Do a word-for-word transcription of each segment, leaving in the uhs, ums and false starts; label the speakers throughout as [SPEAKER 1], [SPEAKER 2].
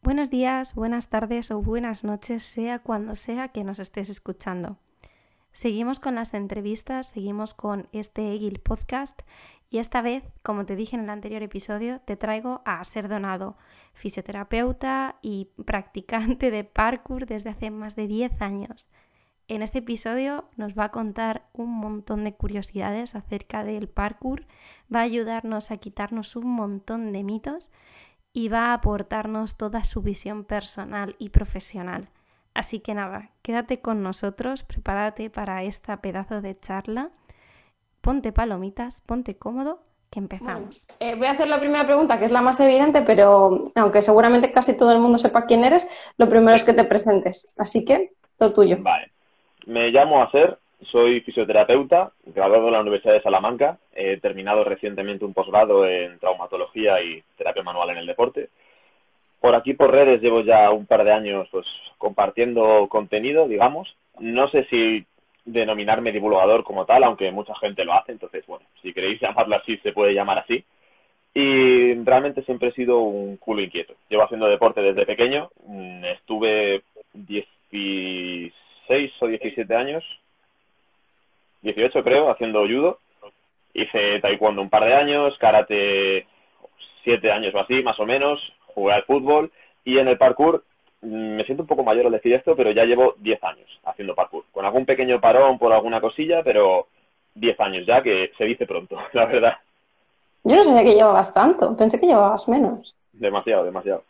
[SPEAKER 1] Buenos días, buenas tardes o buenas noches, sea cuando sea que nos estés escuchando. Seguimos con las entrevistas, seguimos con este Egil Podcast y esta vez, como te dije en el anterior episodio, te traigo a Ser Donado, fisioterapeuta y practicante de parkour desde hace más de diez años. En este episodio nos va a contar un montón de curiosidades acerca del parkour, va a ayudarnos a quitarnos un montón de mitos y va a aportarnos toda su visión personal y profesional. Así que nada, quédate con nosotros, prepárate para esta pedazo de charla, ponte palomitas, ponte cómodo, que empezamos.
[SPEAKER 2] Bueno, eh, voy a hacer la primera pregunta, que es la más evidente, pero aunque seguramente casi todo el mundo sepa quién eres, lo primero es
[SPEAKER 3] Sí,
[SPEAKER 2] que te presentes. Así que, todo tuyo.
[SPEAKER 3] vale. Me llamo Aser, soy fisioterapeuta, graduado de la Universidad de Salamanca. He terminado recientemente un posgrado en traumatología y terapia manual en el deporte. Por aquí, por redes, llevo ya un par de años pues compartiendo contenido, digamos. No sé si denominarme divulgador como tal, aunque mucha gente lo hace. Entonces, bueno, si queréis llamarlo así, se puede llamar así. Y realmente siempre he sido un culo inquieto. Llevo haciendo deporte desde pequeño. Estuve dieciséis o diecisiete años, dieciocho creo, haciendo judo. Hice taekwondo un par de años, karate siete años o así, más o menos. Jugué al fútbol y en el parkour me siento un poco mayor al decir esto, pero ya llevo diez años haciendo parkour. Con algún pequeño parón por alguna cosilla, pero diez años ya, que se dice pronto, la verdad.
[SPEAKER 2] Yo no sabía que llevabas tanto, pensé que llevabas menos.
[SPEAKER 3] Demasiado, demasiado.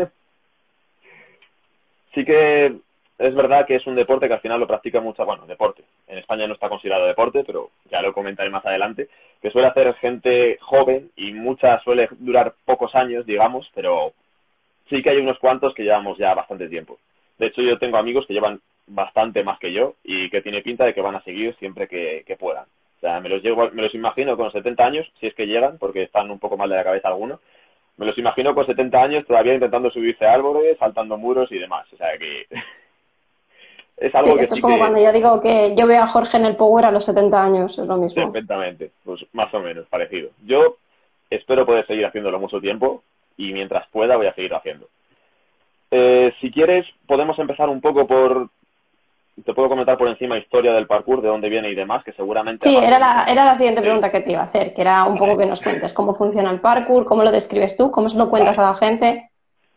[SPEAKER 3] Sí que es verdad que es un deporte que al final lo practica mucha, bueno, deporte. En España no está considerado deporte, pero ya lo comentaré más adelante, que suele hacer gente joven y mucha suele durar pocos años, digamos, pero sí que hay unos cuantos que llevamos ya bastante tiempo. De hecho, yo tengo amigos que llevan bastante más que yo y que tiene pinta de que van a seguir siempre que, que puedan. O sea, me los, llevo, me los imagino con setenta años, si es que llegan, porque están un poco mal de la cabeza algunos. Me los imagino con setenta años todavía intentando subirse a árboles, saltando muros y demás. O sea que es
[SPEAKER 2] Sí,
[SPEAKER 3] algo que
[SPEAKER 2] esto es
[SPEAKER 3] sí
[SPEAKER 2] como cuando
[SPEAKER 3] que
[SPEAKER 2] yo digo que yo veo a Jorge en el Power a los setenta años, es lo mismo.
[SPEAKER 3] perfectamente, pues más o menos parecido. Yo espero poder seguir haciéndolo mucho tiempo y mientras pueda voy a seguir haciendo. Eh, si quieres, podemos empezar un poco por... Te puedo comentar por encima historia del parkour, de dónde viene y demás, que seguramente a
[SPEAKER 2] Sí,
[SPEAKER 3] más
[SPEAKER 2] era
[SPEAKER 3] de
[SPEAKER 2] la,
[SPEAKER 3] uno...
[SPEAKER 2] era la siguiente
[SPEAKER 3] Sí,
[SPEAKER 2] pregunta que te iba a hacer, que era un poco
[SPEAKER 3] vale,
[SPEAKER 2] que nos cuentes cómo funciona el parkour, cómo lo describes tú, cómo se lo cuentas
[SPEAKER 3] vale.
[SPEAKER 2] a la gente.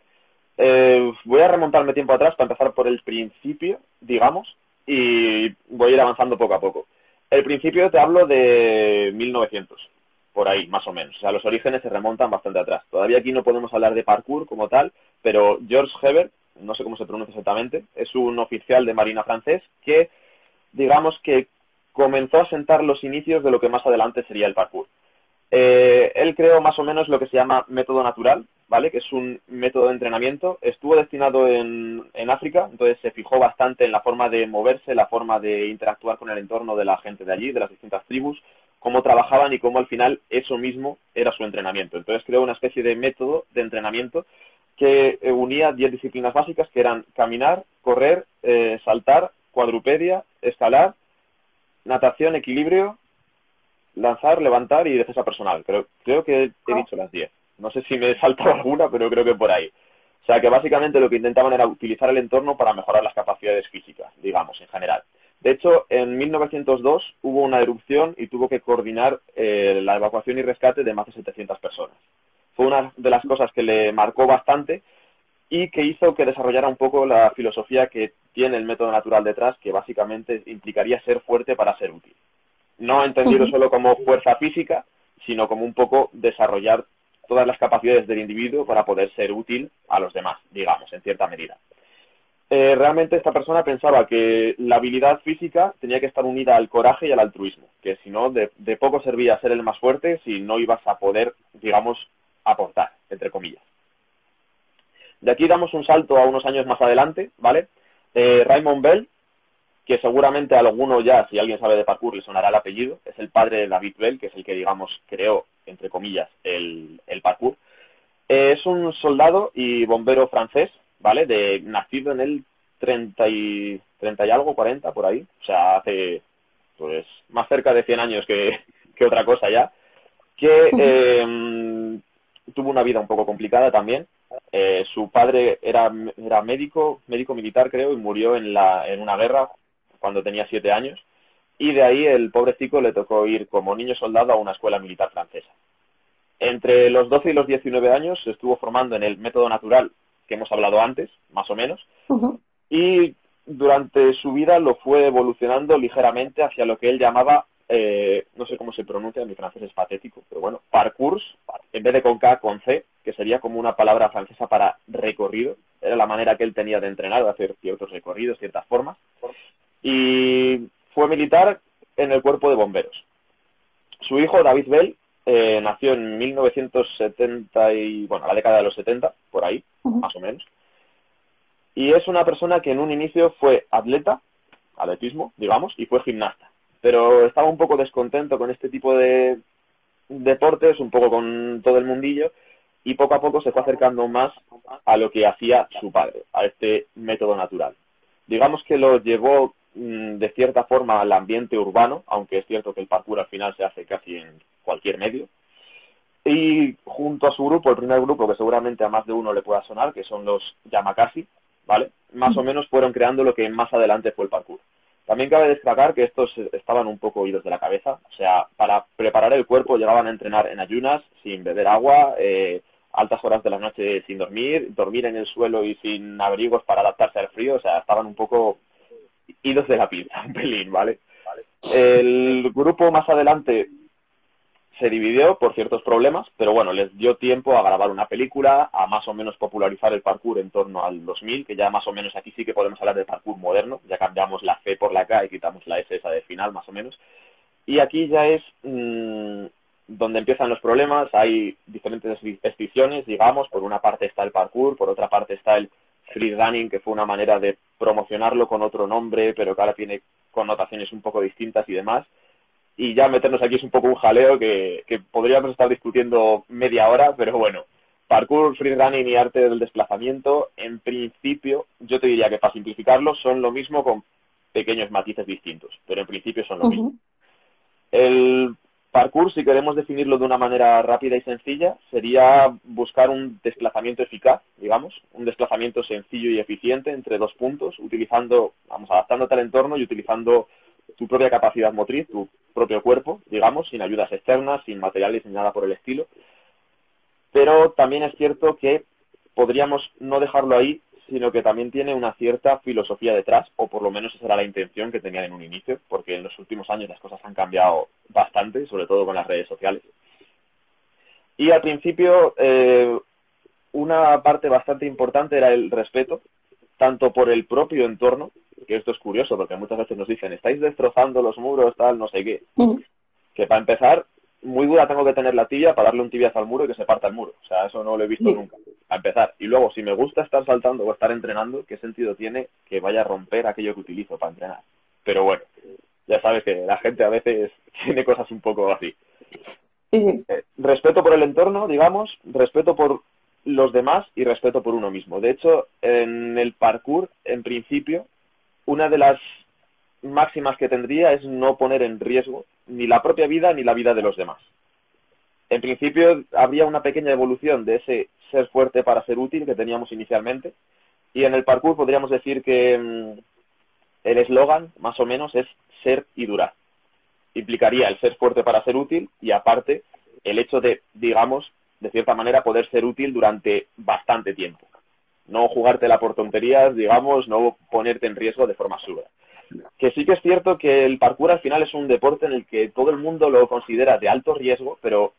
[SPEAKER 3] Eh, voy a remontarme tiempo atrás para empezar por el principio, digamos, y voy a ir avanzando poco a poco. El principio te hablo de mil novecientos, por ahí, más o menos. O sea, los orígenes se remontan bastante atrás. Todavía aquí no podemos hablar de parkour como tal, pero George Hebert, no sé cómo se pronuncia exactamente, es un oficial de marina francés que, digamos que comenzó a sentar los inicios de lo que más adelante sería el parkour. Eh, él creó más o menos lo que se llama método natural, ¿vale? Que es un método de entrenamiento. Estuvo destinado en, en África, entonces se fijó bastante en la forma de moverse, la forma de interactuar con el entorno de la gente de allí, de las distintas tribus, cómo trabajaban y cómo al final eso mismo era su entrenamiento. Entonces creó una especie de método de entrenamiento que eh, unía diez disciplinas básicas que eran caminar, correr, eh, saltar, cuadrupedia, escalar, natación, equilibrio, lanzar, levantar y defensa personal. Creo, creo que he dicho las diez. No sé si me he saltado alguna, pero creo que por ahí. O sea que básicamente lo que intentaban era utilizar el entorno para mejorar las capacidades físicas, digamos, en general. De hecho, en mil novecientos dos hubo una erupción y tuvo que coordinar eh, la evacuación y rescate de más de setecientas personas. Fue una de las cosas que le marcó bastante y que hizo que desarrollara un poco la filosofía que tiene el método natural detrás, que básicamente implicaría ser fuerte para ser útil. No entendido
[SPEAKER 2] Ujú.
[SPEAKER 3] solo como fuerza física, sino como un poco desarrollar todas las capacidades del individuo para poder ser útil a los demás, digamos, en cierta medida. Eh, realmente esta persona pensaba que la habilidad física tenía que estar unida al coraje y al altruismo, que si no, de, de poco servía ser el más fuerte si no ibas a poder, digamos, aportar, entre comillas. De aquí damos un salto a unos años más adelante, ¿vale? Eh, Raymond Bell, que seguramente a alguno ya, si alguien sabe de parkour, le sonará el apellido, es el padre de David Bell, que es el que, digamos, creó, entre comillas, el, el parkour. Eh, es un soldado y bombero francés, ¿vale? De, nacido en el treinta y, treinta y algo, cuarenta, por ahí. O sea, hace, pues, más cerca de cien años que, que otra cosa ya. Que
[SPEAKER 2] Ujú.
[SPEAKER 3] eh, tuvo una vida un poco complicada también. Eh, su padre era, era médico, médico militar creo, y murió en, la, en una guerra cuando tenía siete años. Y de ahí el pobrecito le tocó ir como niño soldado a una escuela militar francesa. Entre los doce y los diecinueve años se estuvo formando en el método natural que hemos hablado antes, más o menos,
[SPEAKER 2] Ujú.
[SPEAKER 3] y durante su vida lo fue evolucionando ligeramente hacia lo que él llamaba, eh, no sé cómo se pronuncia, mi francés es patético, pero bueno, parcours, en vez de con K, con C, que sería como una palabra francesa para recorrido. Era la manera que él tenía de entrenar, de hacer ciertos recorridos, ciertas formas. Y fue militar en el cuerpo de bomberos. Su hijo, David Bell, eh, nació en mil novecientos setenta y, bueno, la década de los setenta, por ahí,
[SPEAKER 2] Ujú.
[SPEAKER 3] más o menos. Y es una persona que en un inicio fue atleta, atletismo, digamos, y fue gimnasta. Pero estaba un poco descontento con este tipo de deportes, un poco con todo el mundillo, y poco a poco se fue acercando más a lo que hacía su padre, a este método natural. Digamos que lo llevó mmm, de cierta forma al ambiente urbano, aunque es cierto que el parkour al final se hace casi en cualquier medio. Y junto a su grupo, el primer grupo que seguramente a más de uno le pueda sonar, que son los Yamakasi, ¿vale? Más o menos fueron creando lo que más adelante fue el parkour. También cabe destacar que estos estaban un poco oídos de la cabeza, o sea, para preparar el cuerpo llegaban a entrenar en ayunas, sin beber agua, eh, altas horas de la noche sin dormir, dormir en el suelo y sin abrigos para adaptarse al frío, o sea, estaban un poco idos de la pinza, un pelín, ¿vale? El grupo más adelante se dividió por ciertos problemas, pero bueno, les dio tiempo a grabar una película, a más o menos popularizar el parkour en torno al dos mil, que ya más o menos aquí sí que podemos hablar de parkour moderno, ya cambiamos la C por la K y quitamos la S esa de final, más o menos. Y aquí ya es mmm, donde empiezan los problemas, hay diferentes escisiones, digamos, por una parte está el parkour, por otra parte está el freerunning, que fue una manera de promocionarlo con otro nombre, pero que ahora tiene connotaciones un poco distintas y demás. Y ya meternos aquí es un poco un jaleo que, que podríamos estar discutiendo media hora, pero bueno, parkour, freerunning y arte del desplazamiento, en principio, yo te diría que para simplificarlo son lo mismo con pequeños matices distintos, pero en principio son lo
[SPEAKER 2] Ujú.
[SPEAKER 3] mismo. El parkour, si queremos definirlo de una manera rápida y sencilla, sería buscar un desplazamiento eficaz, digamos, un desplazamiento sencillo y eficiente entre dos puntos, utilizando, vamos, adaptándote al entorno y utilizando tu propia capacidad motriz, tu propio cuerpo, digamos, sin ayudas externas, sin materiales ni nada por el estilo. Pero también es cierto que podríamos no dejarlo ahí, sino que también tiene una cierta filosofía detrás, o por lo menos esa era la intención que tenían en un inicio, porque en los últimos años las cosas han cambiado bastante, sobre todo con las redes sociales. Y al principio, eh, una parte bastante importante era el respeto, tanto por el propio entorno, que esto es curioso, porque muchas veces nos dicen, estáis destrozando los muros, tal, no sé qué,
[SPEAKER 2] Ujú.
[SPEAKER 3] que para empezar, muy dura tengo que tener la tibia para darle un tibiazo al muro y que se parta el muro. O sea, eso no lo he visto
[SPEAKER 2] Sí.
[SPEAKER 3] nunca. A empezar. Y luego, si me gusta estar saltando o estar entrenando, ¿qué sentido tiene que vaya a romper aquello que utilizo para entrenar? Pero bueno, ya sabes que la gente a veces tiene cosas un poco así.
[SPEAKER 2] Sí, sí.
[SPEAKER 3] Eh, respeto por el entorno, digamos, respeto por los demás y respeto por uno mismo. De hecho, en el parkour, en principio, una de las máximas que tendría es no poner en riesgo ni la propia vida ni la vida de los demás. En principio habría una pequeña evolución de ese ser fuerte para ser útil que teníamos inicialmente, y en el parkour podríamos decir que mmm, el eslogan más o menos es ser y durar. Implicaría el ser fuerte para ser útil y aparte el hecho de, digamos, de cierta manera poder ser útil durante bastante tiempo. No jugártela por tonterías, digamos, no ponerte en riesgo de forma absurda. Que sí que es cierto que el parkour al final es un deporte en el que todo el mundo lo considera de alto riesgo, pero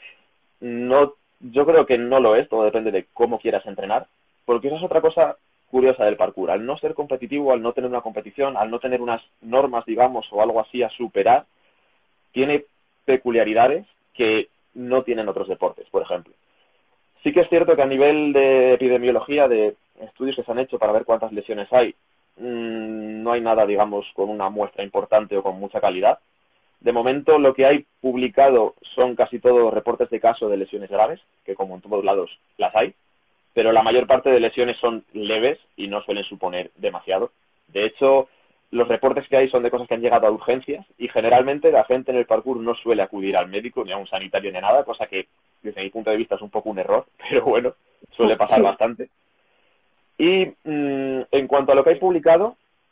[SPEAKER 3] no, yo creo que no lo es, todo depende de cómo quieras entrenar, porque esa es otra cosa curiosa del parkour. Al no ser competitivo, al no tener una competición, al no tener unas normas, digamos, o algo así a superar, tiene peculiaridades que no tienen otros deportes, por ejemplo. Sí que es cierto que a nivel de epidemiología, de estudios que se han hecho para ver cuántas lesiones hay, mmm, no hay nada, digamos, con una muestra importante o con mucha calidad. De momento, lo que hay publicado son casi todos reportes de caso de lesiones graves, que como en todos lados las hay, pero la mayor parte de lesiones son leves y no suelen suponer demasiado. De hecho, los reportes que hay son de cosas que han llegado a urgencias y generalmente la gente en el parkour no suele acudir al médico ni a un sanitario ni a nada, cosa que desde mi punto de vista es un poco un error, pero bueno, suele pasar
[SPEAKER 2] Sí.
[SPEAKER 3] bastante. Y mmm, en cuanto a lo que hay publicado,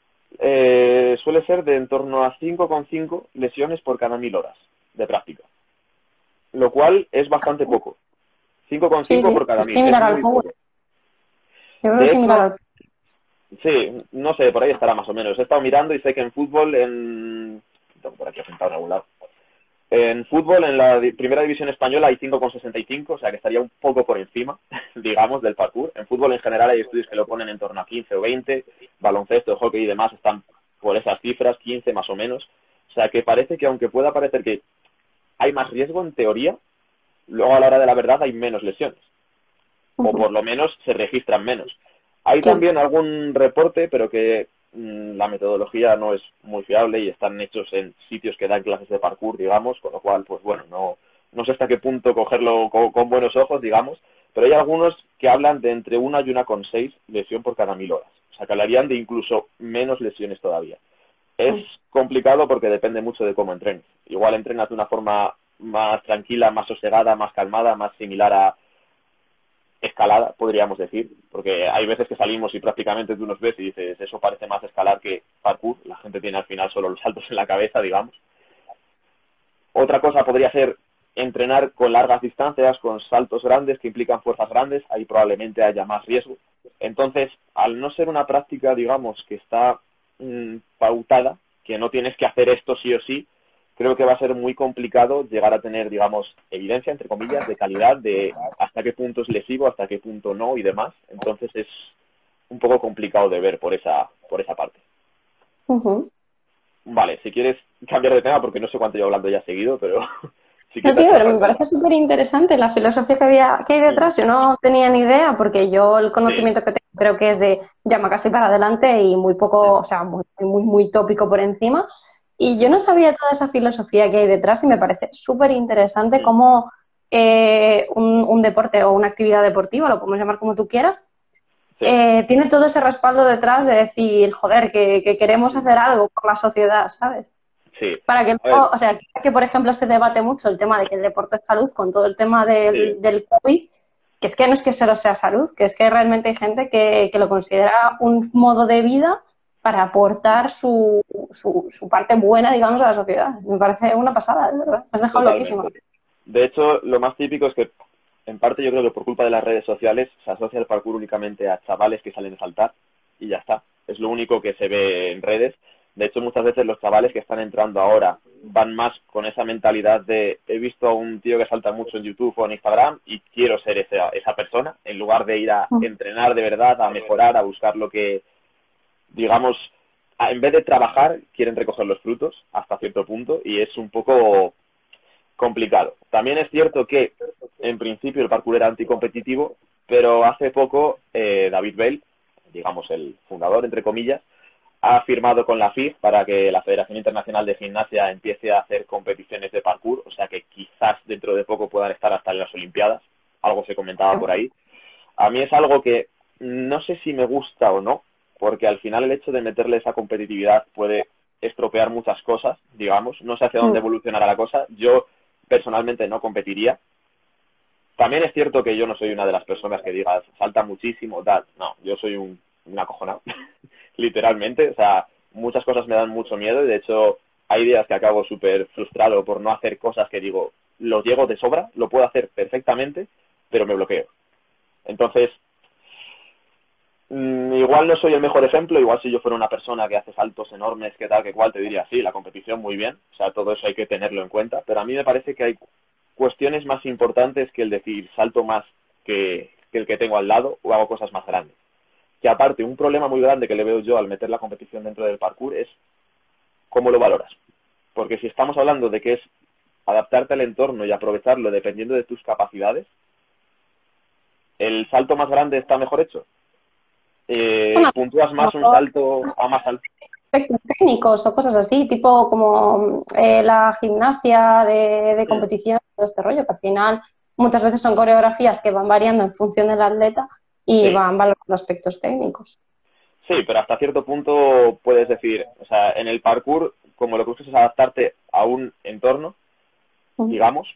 [SPEAKER 3] eh, suele ser de en torno a cinco coma cinco lesiones por cada mil horas de práctica, lo cual es bastante poco. cinco coma cinco
[SPEAKER 2] Sí, sí,
[SPEAKER 3] por cada
[SPEAKER 2] es
[SPEAKER 3] mil,
[SPEAKER 2] similar
[SPEAKER 3] es
[SPEAKER 2] al
[SPEAKER 3] muy
[SPEAKER 2] power.
[SPEAKER 3] poco.
[SPEAKER 2] Yo creo
[SPEAKER 3] De
[SPEAKER 2] que es similar al
[SPEAKER 3] hecho, sí, no sé, por ahí estará más o menos. He estado mirando y sé que en fútbol, en... tengo por aquí apuntado en algún lado. En fútbol, en la di- primera división española hay cinco coma sesenta y cinco, o sea que estaría un poco por encima, digamos, del parkour. En fútbol en general hay estudios que lo ponen en torno a quince o veinte, baloncesto, hockey y demás están por esas cifras, quince más o menos. O sea que parece que aunque pueda parecer que hay más riesgo en teoría, luego a la hora de la verdad hay menos lesiones, o
[SPEAKER 2] Ujú.
[SPEAKER 3] por lo menos se registran menos. Hay
[SPEAKER 2] Sí.
[SPEAKER 3] también algún reporte, pero que mmm, la metodología no es muy fiable y están hechos en sitios que dan clases de parkour, digamos, con lo cual, pues bueno, no, no sé hasta qué punto cogerlo con, con buenos ojos, digamos, pero hay algunos que hablan de entre una y una con seis lesión por cada mil horas. O sea, que hablarían de incluso menos lesiones todavía. Es
[SPEAKER 2] Mm.
[SPEAKER 3] complicado porque depende mucho de cómo entrenes. Igual entrenas de una forma más tranquila, más sosegada, más calmada, más similar a escalada, podríamos decir, porque hay veces que salimos y prácticamente tú nos ves y dices, eso parece más escalar que parkour, la gente tiene al final solo los saltos en la cabeza, digamos. Otra cosa podría ser entrenar con largas distancias, con saltos grandes que implican fuerzas grandes, ahí probablemente haya más riesgo. Entonces, al no ser una práctica, digamos, que está mmm, pautada, que no tienes que hacer esto sí o sí, creo que va a ser muy complicado llegar a tener, digamos, evidencia, entre comillas, de calidad, de hasta qué punto es lesivo, hasta qué punto no y demás. Entonces es un poco complicado de ver por esa, por esa parte.
[SPEAKER 2] Ujú.
[SPEAKER 3] Vale, si quieres cambiar de tema, porque no sé cuánto llevo hablando ya seguido, pero si
[SPEAKER 2] No,
[SPEAKER 3] quieres
[SPEAKER 2] tío, pero
[SPEAKER 3] pasar
[SPEAKER 2] me
[SPEAKER 3] al tema.
[SPEAKER 2] parece súper interesante la filosofía que había, que hay
[SPEAKER 3] Mm,
[SPEAKER 2] detrás. Yo no tenía ni idea, porque yo el
[SPEAKER 3] sí.
[SPEAKER 2] conocimiento que tengo creo que es de llama casi para adelante y muy poco,
[SPEAKER 3] Mm,
[SPEAKER 2] o sea, muy, muy, muy tópico por encima. Y yo no
[SPEAKER 3] mm,
[SPEAKER 2] sabía toda esa filosofía que hay detrás y me parece súper interesante
[SPEAKER 3] mm,
[SPEAKER 2] cómo eh, un, un deporte o una actividad deportiva, lo podemos llamar como tú quieras,
[SPEAKER 3] sí.
[SPEAKER 2] eh, tiene todo ese respaldo detrás de decir, joder, que, que queremos
[SPEAKER 3] Mm,
[SPEAKER 2] hacer algo por la sociedad, ¿sabes?
[SPEAKER 3] sí.
[SPEAKER 2] Para que
[SPEAKER 3] A
[SPEAKER 2] luego,
[SPEAKER 3] ver,
[SPEAKER 2] o sea, que por ejemplo se debate mucho el tema de que el deporte es salud con todo el tema
[SPEAKER 3] sí.
[SPEAKER 2] del, del COVID, que es que no es que solo sea salud, que es que realmente hay gente que, que lo considera un modo de vida para aportar su, su, su parte buena, digamos, a la sociedad. Me parece una pasada, de verdad. Me has dejado loquísima.
[SPEAKER 3] Totalmente. De hecho, lo más típico es que, en parte, yo creo que por culpa de las redes sociales se asocia el parkour únicamente a chavales que salen a saltar y ya está. Es lo único que se ve en redes. De hecho, muchas veces los chavales que están entrando ahora van más con esa mentalidad de he visto a un tío que salta mucho en YouTube o en Instagram y quiero ser esa, esa persona, en lugar de ir a entrenar de verdad, a mejorar, a buscar lo que, digamos, a- en vez de trabajar, quieren recoger los frutos hasta cierto punto y es un poco complicado. También es cierto que, en principio, el parkour era anticompetitivo, pero hace poco eh, David Bell, digamos el fundador, entre comillas, ha firmado con la F I G para que la Federación Internacional de Gimnasia empiece a hacer competiciones de parkour, o sea que quizás dentro de poco puedan estar hasta en las Olimpiadas, algo se comentaba por ahí. A mí es algo que no sé si me gusta o no, porque al final el hecho de meterle esa competitividad puede estropear muchas cosas, digamos, no sé hacia dónde evolucionará la cosa. Yo personalmente no competiría. También es cierto que yo no soy una de las personas que digas salta muchísimo, tal. No, yo soy un, un acojonado, literalmente. O sea, muchas cosas me dan mucho miedo y de hecho hay días que acabo súper frustrado por no hacer cosas que digo, lo llego de sobra, lo puedo hacer perfectamente, pero me bloqueo. Entonces, mmm, igual no soy el mejor ejemplo, igual si yo fuera una persona que hace saltos enormes, que tal, que cual, te diría, sí, la competición muy bien, o sea, todo eso hay que tenerlo en cuenta, pero a mí me parece que hay cuestiones más importantes que el decir salto más que, que el que tengo al lado o hago cosas más grandes. Que aparte, un problema muy grande que le veo yo al meter la competición dentro del parkour es cómo lo valoras. Porque si estamos hablando de que es adaptarte al entorno y aprovecharlo dependiendo de tus capacidades, ¿el salto más grande está mejor hecho? Eh,
[SPEAKER 2] Bueno,
[SPEAKER 3] ¿Puntúas
[SPEAKER 2] como
[SPEAKER 3] más un
[SPEAKER 2] todos
[SPEAKER 3] salto a más alto?
[SPEAKER 2] aspectos técnicos o cosas así, tipo como eh, la gimnasia de, de
[SPEAKER 3] Mm,
[SPEAKER 2] competición, todo este rollo, que al final muchas veces son coreografías que van variando en función del atleta y
[SPEAKER 3] sí.
[SPEAKER 2] van valorando aspectos técnicos.
[SPEAKER 3] Sí, pero hasta cierto punto puedes decir, o sea, en el parkour, como lo que buscas es adaptarte a un entorno,
[SPEAKER 2] Mm.
[SPEAKER 3] digamos,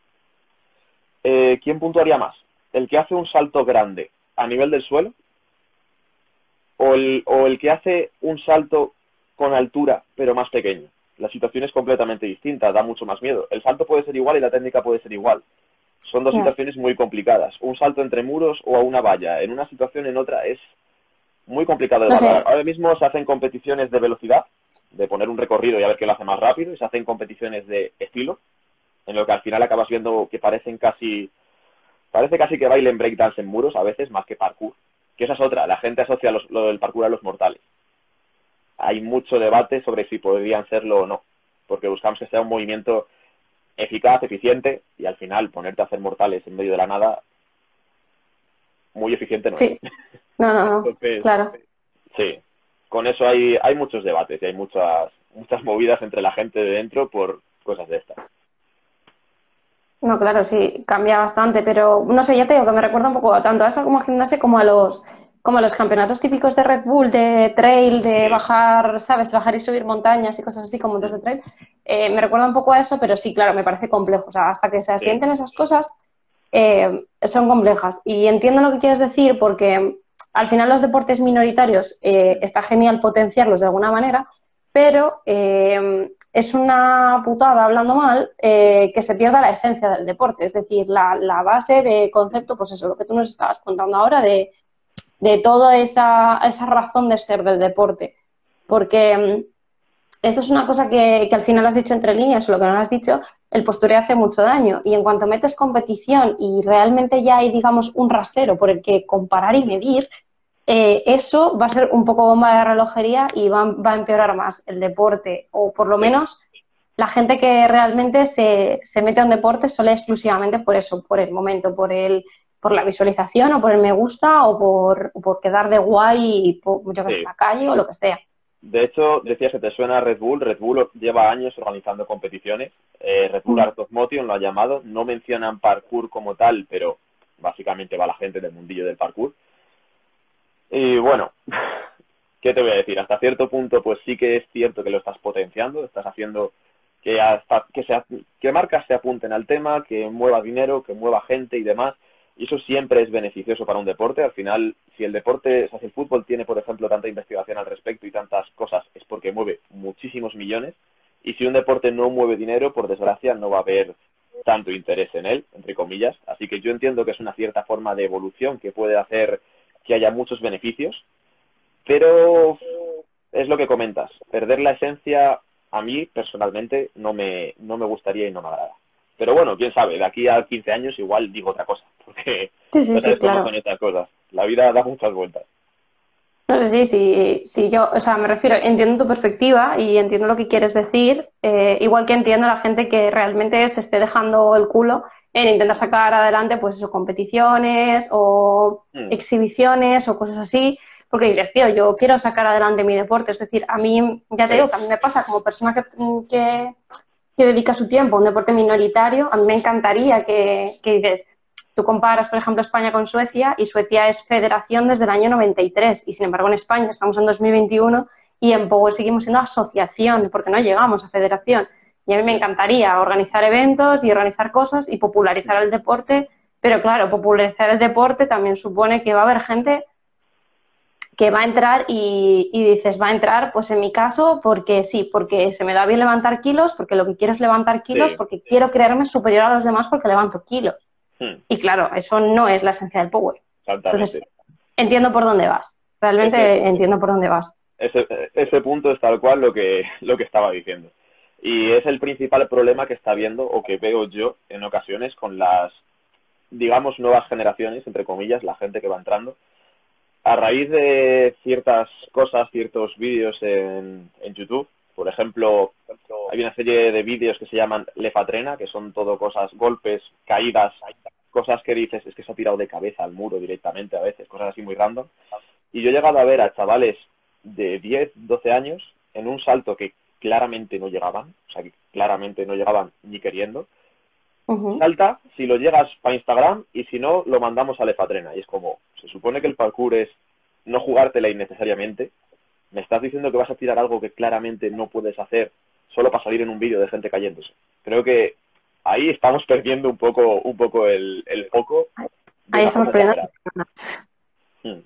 [SPEAKER 3] eh, ¿quién puntuaría más? ¿El que hace un salto grande a nivel del suelo o el, o el que hace un salto con altura pero más pequeño? La situación es completamente distinta, da mucho más miedo. El salto puede ser igual y la técnica puede ser igual. Son dos
[SPEAKER 2] Ya.
[SPEAKER 3] situaciones muy complicadas. Un salto entre muros o a una valla, en una situación en otra, es muy complicado de
[SPEAKER 2] No
[SPEAKER 3] evaluar.
[SPEAKER 2] sé,
[SPEAKER 3] Ahora mismo se hacen competiciones de velocidad, de poner un recorrido y a ver quién lo hace más rápido, y se hacen competiciones de estilo, en lo que al final acabas viendo que parecen casi, parece casi que bailen breakdance en muros a veces más que parkour. Que esa es otra, la gente asocia los, lo del parkour a los mortales. Hay mucho debate sobre si podrían serlo o no, porque buscamos que sea un movimiento eficaz, eficiente, y al final ponerte a hacer mortales en medio de la nada, muy eficiente no es.
[SPEAKER 2] sí. No, no, no.
[SPEAKER 3] Entonces,
[SPEAKER 2] Claro.
[SPEAKER 3] sí, con eso hay, hay muchos debates y hay muchas, muchas movidas entre la gente de dentro por cosas de estas.
[SPEAKER 2] No, claro, sí, cambia bastante, pero no sé, ya te digo que me recuerda un poco tanto a eso como a gimnasia como a los como a los campeonatos típicos de Red Bull, de trail, de
[SPEAKER 3] Sí.
[SPEAKER 2] bajar, ¿sabes? Bajar y subir montañas y cosas así como motos de trail. Eh, me recuerda un poco a eso, pero sí, claro, me parece complejo. O sea, hasta que se
[SPEAKER 3] Sí,
[SPEAKER 2] asienten esas cosas, eh, son complejas. Y entiendo lo que quieres decir porque al final los deportes minoritarios eh, está genial potenciarlos de alguna manera, pero eh, es una putada, hablando mal, eh, que se pierda la esencia del deporte, es decir, la, la base de concepto, pues eso, lo que tú nos estabas contando ahora, de, de toda esa, esa razón de ser del deporte. Porque mm, esto es una cosa que, que al final has dicho entre líneas, o lo que no has dicho, el postureo hace mucho daño. Y en cuanto metes competición y realmente ya hay, digamos, un rasero por el que comparar y medir, eh, eso va a ser un poco bomba de relojería y va, va a empeorar más el deporte, o por lo
[SPEAKER 3] sí,
[SPEAKER 2] menos la gente que realmente se, se mete a un deporte solo exclusivamente por eso, por el momento, por el, por la visualización o por el me gusta o por, o por quedar de guay, por, yo que sé, en
[SPEAKER 3] sí.
[SPEAKER 2] la calle o lo que sea.
[SPEAKER 3] De hecho, decías que te suena Red Bull. Red Bull lleva años organizando competiciones. Eh, Red Bull
[SPEAKER 2] Mm.
[SPEAKER 3] Art of Motion lo ha llamado. No mencionan parkour como tal, pero básicamente va la gente del mundillo del parkour. Y bueno, ¿qué te voy a decir? Hasta cierto punto, pues sí que es cierto que lo estás potenciando, estás haciendo que hasta que, se, que marcas se apunten al tema, que mueva dinero, que mueva gente y demás. Y eso siempre es beneficioso para un deporte. Al final, si el deporte, o sea, si el fútbol tiene, por ejemplo, tanta investigación al respecto y tantas cosas, es porque mueve muchísimos millones. Y si un deporte no mueve dinero, por desgracia, no va a haber tanto interés en él, entre comillas. Así que yo entiendo que es una cierta forma de evolución que puede hacer que haya muchos beneficios, pero es lo que comentas. Perder la esencia, a mí, personalmente, no me, no me gustaría y no me agrada. Pero bueno, quién sabe, de aquí a quince años igual digo otra cosa, porque
[SPEAKER 2] Sí, sí,
[SPEAKER 3] ya
[SPEAKER 2] sí,
[SPEAKER 3] sabes cómo
[SPEAKER 2] claro.
[SPEAKER 3] son estas cosas. La vida da muchas vueltas.
[SPEAKER 2] No sé, sí, sí, sí, yo, o sea, me refiero, entiendo tu perspectiva y entiendo lo que quieres decir, eh, igual que entiendo a la gente que realmente se esté dejando el culo en intentar sacar adelante, pues eso, competiciones o
[SPEAKER 3] Hmm,
[SPEAKER 2] exhibiciones o cosas así, porque dices, tío, yo quiero sacar adelante mi deporte, es decir, a mí, ya te
[SPEAKER 3] sí,
[SPEAKER 2] digo, que a mí me pasa como persona que, que, que dedica su tiempo a un deporte minoritario, a mí me encantaría que, que dices, tú comparas, por ejemplo, España con Suecia y Suecia es federación desde el año noventa y tres y sin embargo en España estamos en dos mil veintiuno y en Power seguimos siendo asociación porque no llegamos a federación. Y a mí me
[SPEAKER 3] sí,
[SPEAKER 2] encantaría organizar eventos y organizar cosas y popularizar el deporte, pero claro, popularizar el deporte también supone que va a haber gente que va a entrar y, y dices, va a entrar, pues en mi caso, porque sí, porque se me da bien levantar kilos, porque lo que quiero es levantar kilos,
[SPEAKER 3] sí,
[SPEAKER 2] porque quiero creerme superior a los demás porque levanto kilos.
[SPEAKER 3] hmm,
[SPEAKER 2] Y claro, eso no es la esencia del power. Entonces,
[SPEAKER 3] exactamente.
[SPEAKER 2] entiendo por dónde vas.
[SPEAKER 3] Ese,
[SPEAKER 2] Realmente entiendo por dónde vas.
[SPEAKER 3] ese, ese punto es tal cual lo que, lo que estaba diciendo. Y es el principal problema que está viendo o que veo yo en ocasiones con las, digamos, nuevas generaciones, entre comillas, la gente que va entrando. A raíz de ciertas cosas, ciertos vídeos en, en YouTube, por ejemplo, hay una serie de vídeos que se llaman Lefatrena, que son todo cosas, golpes, caídas, cosas que dices, es que se ha tirado de cabeza al muro directamente a veces, cosas así muy random. Y yo he llegado a ver a chavales de diez, doce años en un salto que claramente no llegaban, o sea, que claramente no llegaban ni queriendo.
[SPEAKER 2] Uh-huh.
[SPEAKER 3] Salta, si lo llegas para Instagram y si no, lo mandamos a Lefatrena. Y es como, se supone que el parkour es no jugártela innecesariamente. Me estás diciendo que vas a tirar algo que claramente no puedes hacer solo para salir en un vídeo de gente cayéndose. Creo que ahí estamos perdiendo un poco un poco el, el foco.
[SPEAKER 2] Ahí estamos perdiendo.
[SPEAKER 3] Hmm.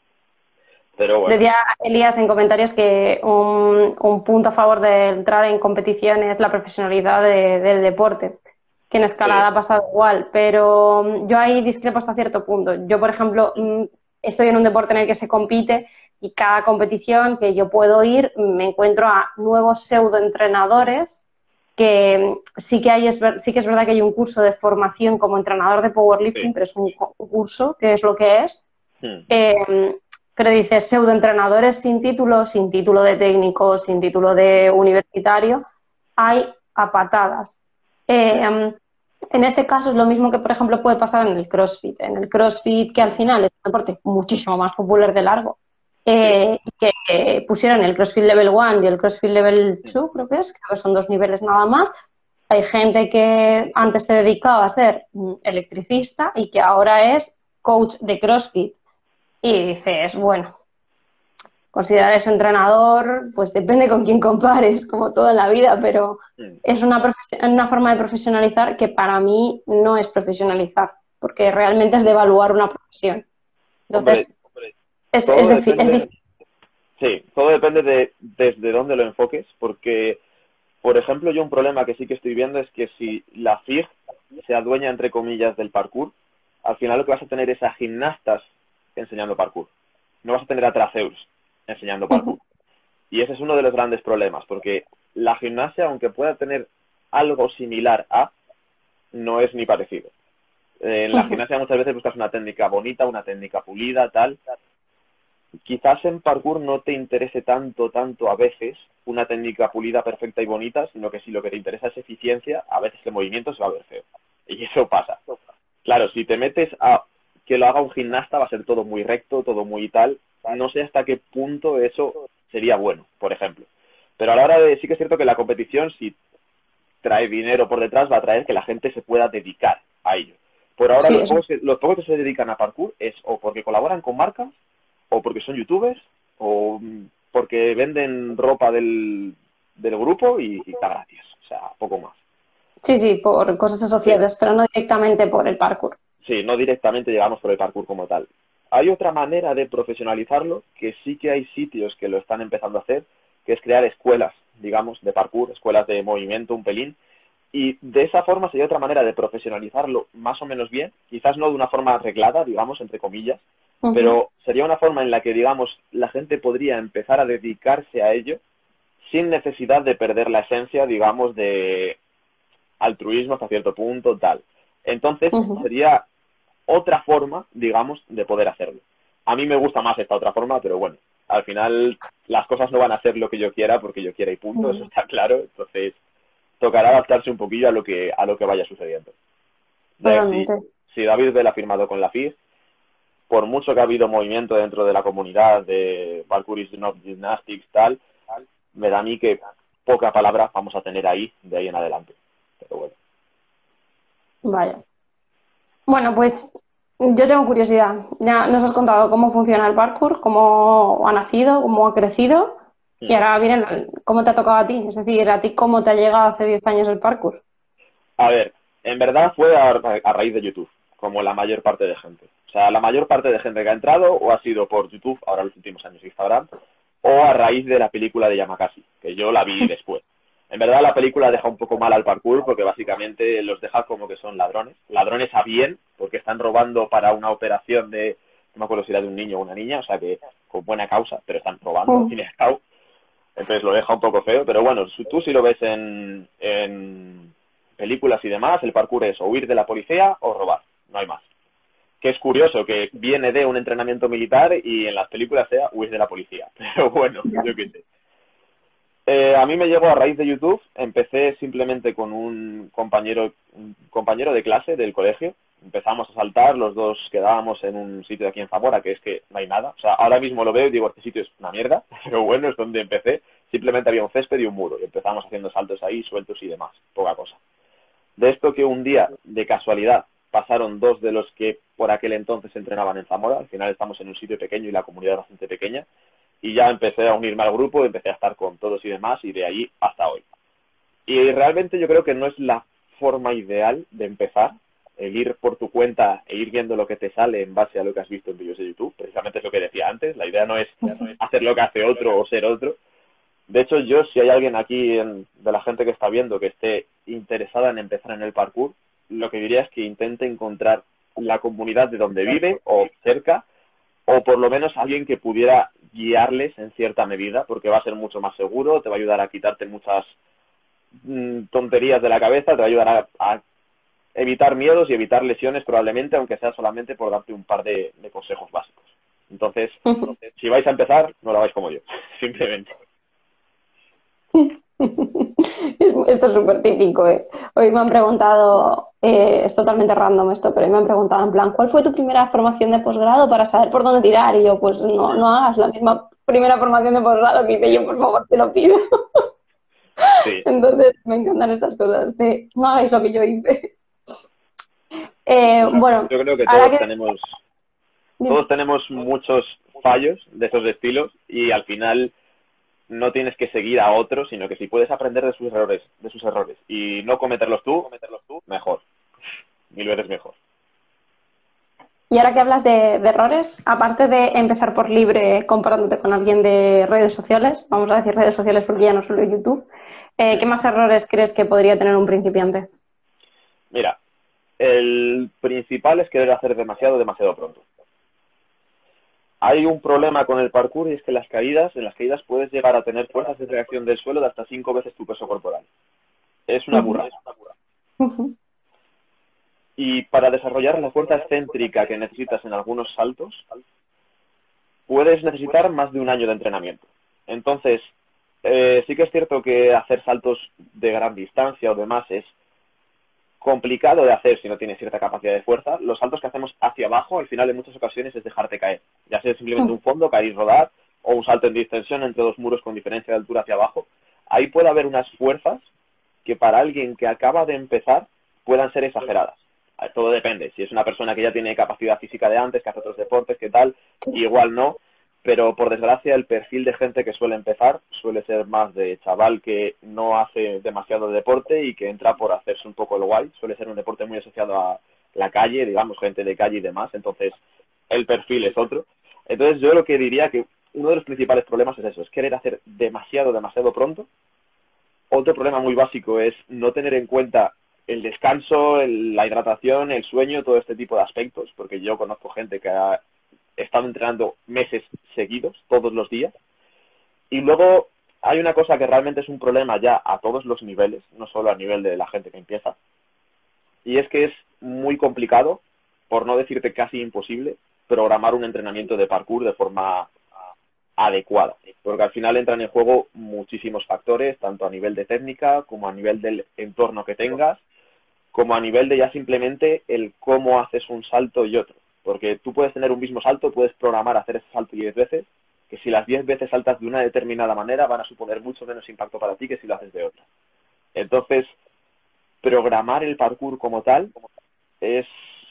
[SPEAKER 3] Pero bueno.
[SPEAKER 2] Decía Elías en comentarios que un, un punto a favor de entrar en competición es la profesionalidad de, del deporte, que en escalada
[SPEAKER 3] Sí.
[SPEAKER 2] ha pasado igual, pero yo ahí discrepo hasta cierto punto. Yo, por ejemplo, estoy en un deporte en el que se compite y cada competición que yo puedo ir me encuentro a nuevos pseudoentrenadores que sí que hay es ver, sí que es verdad que hay un curso de formación como entrenador de powerlifting,
[SPEAKER 3] Sí.
[SPEAKER 2] pero es un curso que es lo que es.
[SPEAKER 3] Hmm.
[SPEAKER 2] Eh, pero dices pseudoentrenadores sin título, sin título de técnico, sin título de universitario, hay a patadas. Eh, en este caso es lo mismo que, por ejemplo, puede pasar en el CrossFit. En el CrossFit, que al final es un deporte muchísimo más popular de largo, eh, y que eh, pusieron el CrossFit Level uno y el CrossFit Level dos, creo que es, creo que son dos niveles nada más. Hay gente que antes se dedicaba a ser electricista y que ahora es coach de CrossFit. Y dices, bueno, considerar eso entrenador, pues depende con quién compares, como todo en la vida, pero es una, una forma de profesionalizar que para mí no es profesionalizar, porque realmente es devaluar una profesión. Entonces,
[SPEAKER 3] hombre,
[SPEAKER 2] es,
[SPEAKER 3] todo
[SPEAKER 2] es,
[SPEAKER 3] depende,
[SPEAKER 2] es difícil.
[SPEAKER 3] Sí, todo depende de desde dónde lo enfoques, porque, por ejemplo, yo un problema que sí que estoy viendo es que si la F I G se adueña, entre comillas, del parkour, al final lo que vas a tener es a gimnastas enseñando parkour. No vas a tener a traceurs enseñando parkour. Y ese es uno de los grandes problemas, porque la gimnasia, aunque pueda tener algo similar a, no es ni parecido. Eh, en la gimnasia muchas veces buscas una técnica bonita, una técnica pulida, tal. Quizás en parkour no te interese tanto, tanto a veces una técnica pulida, perfecta y bonita, sino que si lo que te interesa es eficiencia, a veces el movimiento se va a ver feo. Y eso pasa. Claro, si te metes a que lo haga un gimnasta, va a ser todo muy recto, todo muy tal. No sé hasta qué punto eso sería bueno, por ejemplo. Pero a la hora de, sí que es cierto que la competición, si trae dinero por detrás, va a traer que la gente se pueda dedicar a ello. Por ahora,
[SPEAKER 2] Sí,
[SPEAKER 3] los,
[SPEAKER 2] eso.
[SPEAKER 3] pocos que, los pocos que se dedican a parkour es o porque colaboran con marcas, o porque son youtubers, o porque venden ropa del, del grupo y, y está gratis. O sea, poco más.
[SPEAKER 2] Sí, sí, por cosas asociadas,
[SPEAKER 3] Sí.
[SPEAKER 2] pero no directamente por el parkour.
[SPEAKER 3] Sí, no directamente llegamos por el parkour como tal. Hay otra manera de profesionalizarlo, que sí que hay sitios que lo están empezando a hacer, que es crear escuelas, digamos, de parkour, escuelas de movimiento, un pelín, y de esa forma sería otra manera de profesionalizarlo más o menos bien, quizás no de una forma arreglada, digamos, entre comillas,
[SPEAKER 2] Uh-huh.
[SPEAKER 3] pero sería una forma en la que, digamos, la gente podría empezar a dedicarse a ello sin necesidad de perder la esencia, digamos, de altruismo hasta cierto punto, tal. Entonces,
[SPEAKER 2] Uh-huh.
[SPEAKER 3] sería otra forma, digamos, de poder hacerlo. A mí me gusta más esta otra forma, pero bueno, al final las cosas no van a ser lo que yo quiera porque yo quiera y punto,
[SPEAKER 2] Uh-huh.
[SPEAKER 3] eso está claro. Entonces, tocará adaptarse un poquillo a lo que a lo que vaya sucediendo. De, si, si David Bell ha firmado con la F I G, por mucho que ha habido movimiento dentro de la comunidad de Parkour is not gymnastics, tal, me da a mí que poca palabra vamos a tener ahí, de ahí en adelante. Pero bueno.
[SPEAKER 2] Vaya. Bueno, pues yo tengo curiosidad. Ya nos has contado cómo funciona el parkour, cómo ha nacido, cómo ha crecido, y ahora viene cómo te ha tocado a ti. Es decir, a ti cómo te ha llegado hace diez años el parkour.
[SPEAKER 3] A ver, en verdad fue a, a raíz de YouTube, como la mayor parte de gente. O sea, la mayor parte de gente que ha entrado o ha sido por YouTube, ahora los últimos años Instagram, o a raíz de la película de Yamakasi, que yo la vi después. En verdad la película deja un poco mal al parkour porque básicamente los deja como que son ladrones. Ladrones a bien, porque están robando para una operación de, no me acuerdo si era de un niño o una niña, o sea que con buena causa, pero están robando, al fin y al cabo. Entonces lo deja un poco feo, pero bueno, tú si lo ves en, en películas y demás, el parkour es o huir de la policía o robar, no hay más. Que es curioso que viene de un entrenamiento militar y en las películas sea huir de la policía, pero bueno, yo qué sé. Eh, a mí me llegó a raíz de YouTube, empecé simplemente con un compañero, un compañero de clase del colegio, empezamos a saltar, los dos quedábamos en un sitio de aquí en Zamora, que es que no hay nada, o sea, ahora mismo lo veo y digo, este sitio es una mierda, pero bueno, es donde empecé, simplemente había un césped y un muro, y empezamos haciendo saltos ahí, sueltos y demás, poca cosa. De esto que un día, de casualidad, pasaron dos de los que por aquel entonces entrenaban en Zamora. Al final estamos en un sitio pequeño y la comunidad es bastante pequeña. Y ya empecé a unirme al grupo, empecé a estar con todos y demás, y de ahí hasta hoy. Y realmente yo creo que no es la forma ideal de empezar, el ir por tu cuenta e ir viendo lo que te sale en base a lo que has visto en vídeos de YouTube. Precisamente es lo que decía antes, la idea no es hacer lo que hace otro o ser otro. De hecho, yo, si hay alguien aquí en, de la gente que está viendo que esté interesada en empezar en el parkour, lo que diría es que intente encontrar la comunidad de donde vive o cerca, o por lo menos alguien que pudiera guiarles en cierta medida, porque va a ser mucho más seguro, te va a ayudar a quitarte muchas mm, tonterías de la cabeza, te va a ayudar a, a evitar miedos y evitar lesiones probablemente, aunque sea solamente por darte un par de, de consejos básicos. Entonces, si vais a empezar, no lo hagáis como yo, simplemente.
[SPEAKER 2] Esto es súper típico, ¿eh? Hoy me han preguntado, eh, es totalmente random esto, pero hoy me han preguntado en plan, ¿cuál fue tu primera formación de posgrado para saber por dónde tirar? Y yo, pues no, no hagas la misma primera formación de posgrado que hice yo, por favor, te lo pido. Sí. Entonces, me encantan estas cosas de, no hagáis lo que yo hice. Eh, bueno, bueno,
[SPEAKER 3] yo creo que todos
[SPEAKER 2] que...
[SPEAKER 3] tenemos todos tenemos muchos fallos de esos estilos y al final no tienes que seguir a otros, sino que si puedes aprender de sus errores, de sus errores y no cometerlos tú, cometerlos tú, mejor, mil veces mejor.
[SPEAKER 2] Y ahora que hablas de, de errores, aparte de empezar por libre comparándote con alguien de redes sociales, vamos a decir redes sociales porque ya no solo YouTube, eh, ¿qué más errores crees que podría tener un principiante?
[SPEAKER 3] Mira, el principal es querer hacer demasiado, demasiado pronto. Hay un problema con el parkour y es que las caídas, en las caídas puedes llegar a tener fuerzas de reacción del suelo de hasta cinco veces tu peso corporal. Es una burrada. Uh-huh. Uh-huh. Y para desarrollar la fuerza excéntrica que necesitas en algunos saltos, puedes necesitar más de un año de entrenamiento. Entonces, eh, sí que es cierto que hacer saltos de gran distancia o demás es complicado de hacer si no tienes cierta capacidad de fuerza. Los saltos que hacemos hacia abajo, al final en muchas ocasiones es dejarte caer. Ya sea simplemente un fondo, caer y rodar, o un salto en distensión entre dos muros con diferencia de altura hacia abajo. Ahí puede haber unas fuerzas que para alguien que acaba de empezar puedan ser exageradas. Todo depende. Si es una persona que ya tiene capacidad física de antes, que hace otros deportes, que tal, igual no. Pero por desgracia el perfil de gente que suele empezar suele ser más de chaval que no hace demasiado deporte y que entra por hacerse un poco el guay. Suele ser un deporte muy asociado a la calle, digamos, gente de calle y demás. Entonces el perfil es otro. Entonces yo lo que diría que uno de los principales problemas es eso, es querer hacer demasiado, demasiado pronto. Otro problema muy básico es no tener en cuenta el descanso, el, la hidratación, el sueño, todo este tipo de aspectos, porque yo conozco gente que ha estado entrenando meses seguidos, todos los días. Y luego hay una cosa que realmente es un problema ya a todos los niveles, no solo a nivel de la gente que empieza, y es que es muy complicado, por no decirte casi imposible, programar un entrenamiento de parkour de forma adecuada, porque al final entran en juego muchísimos factores, tanto a nivel de técnica, como a nivel del entorno que tengas, como a nivel de ya simplemente el cómo haces un salto y otro. Porque tú puedes tener un mismo salto, puedes programar hacer ese salto diez veces, que si las diez veces saltas de una determinada manera van a suponer mucho menos impacto para ti que si lo haces de otra. Entonces, programar el parkour como tal es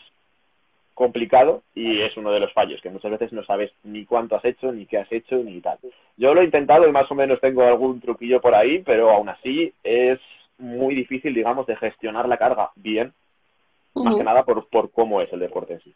[SPEAKER 3] complicado y es uno de los fallos, que muchas veces no sabes ni cuánto has hecho, ni qué has hecho, ni tal. Yo lo he intentado y más o menos tengo algún truquillo por ahí, pero aún así es muy difícil, digamos, de gestionar la carga bien, uh-huh. más que nada por, por cómo es el deporte en sí.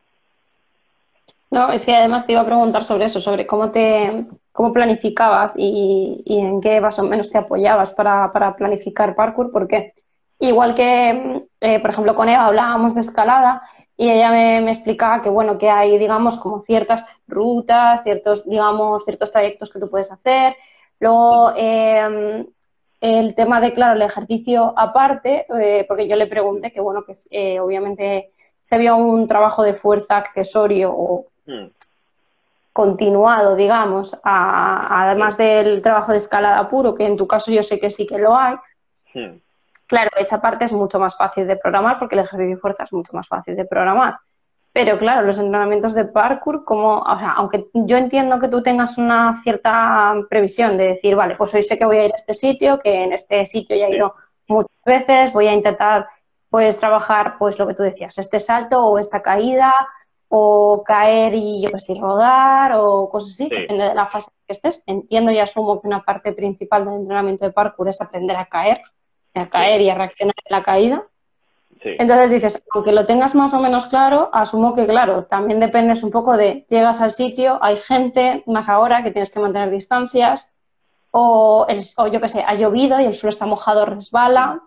[SPEAKER 2] No, es que además te iba a preguntar sobre eso, sobre cómo te cómo planificabas y, y en qué más o menos te apoyabas para, para planificar parkour, porque igual que, eh, por ejemplo, con Eva hablábamos de escalada y ella me, me explicaba que, bueno, que hay, digamos, como ciertas rutas, ciertos, digamos, ciertos trayectos que tú puedes hacer. Luego, eh, el tema de, claro, el ejercicio aparte, eh, porque yo le pregunté que, bueno, que eh, obviamente se había un trabajo de fuerza accesorio o mm. continuado, digamos, a, además del trabajo de escalada puro, que en tu caso yo sé que sí que lo hay. Mm. Claro, esa parte es mucho más fácil de programar porque el ejercicio de fuerza es mucho más fácil de programar. Pero claro, los entrenamientos de parkour, como, o sea, aunque yo entiendo que tú tengas una cierta previsión de decir, vale, pues hoy sé que voy a ir a este sitio, que en este sitio ya he ido muchas veces, voy a intentar puedes trabajar, pues lo que tú decías, este salto o esta caída, o caer y, yo qué sé, rodar, o cosas así,
[SPEAKER 3] Sí,
[SPEAKER 2] depende de la fase en que estés. Entiendo y asumo que una parte principal del entrenamiento de parkour es aprender a caer, a
[SPEAKER 3] sí,
[SPEAKER 2] caer y a reaccionar en la caída.
[SPEAKER 3] sí,
[SPEAKER 2] Entonces dices, aunque lo tengas más o menos claro, asumo que, claro, también dependes un poco de, llegas al sitio, hay gente, más ahora, que tienes que mantener distancias, o, el, o yo qué sé, ha llovido y el suelo está mojado, resbala,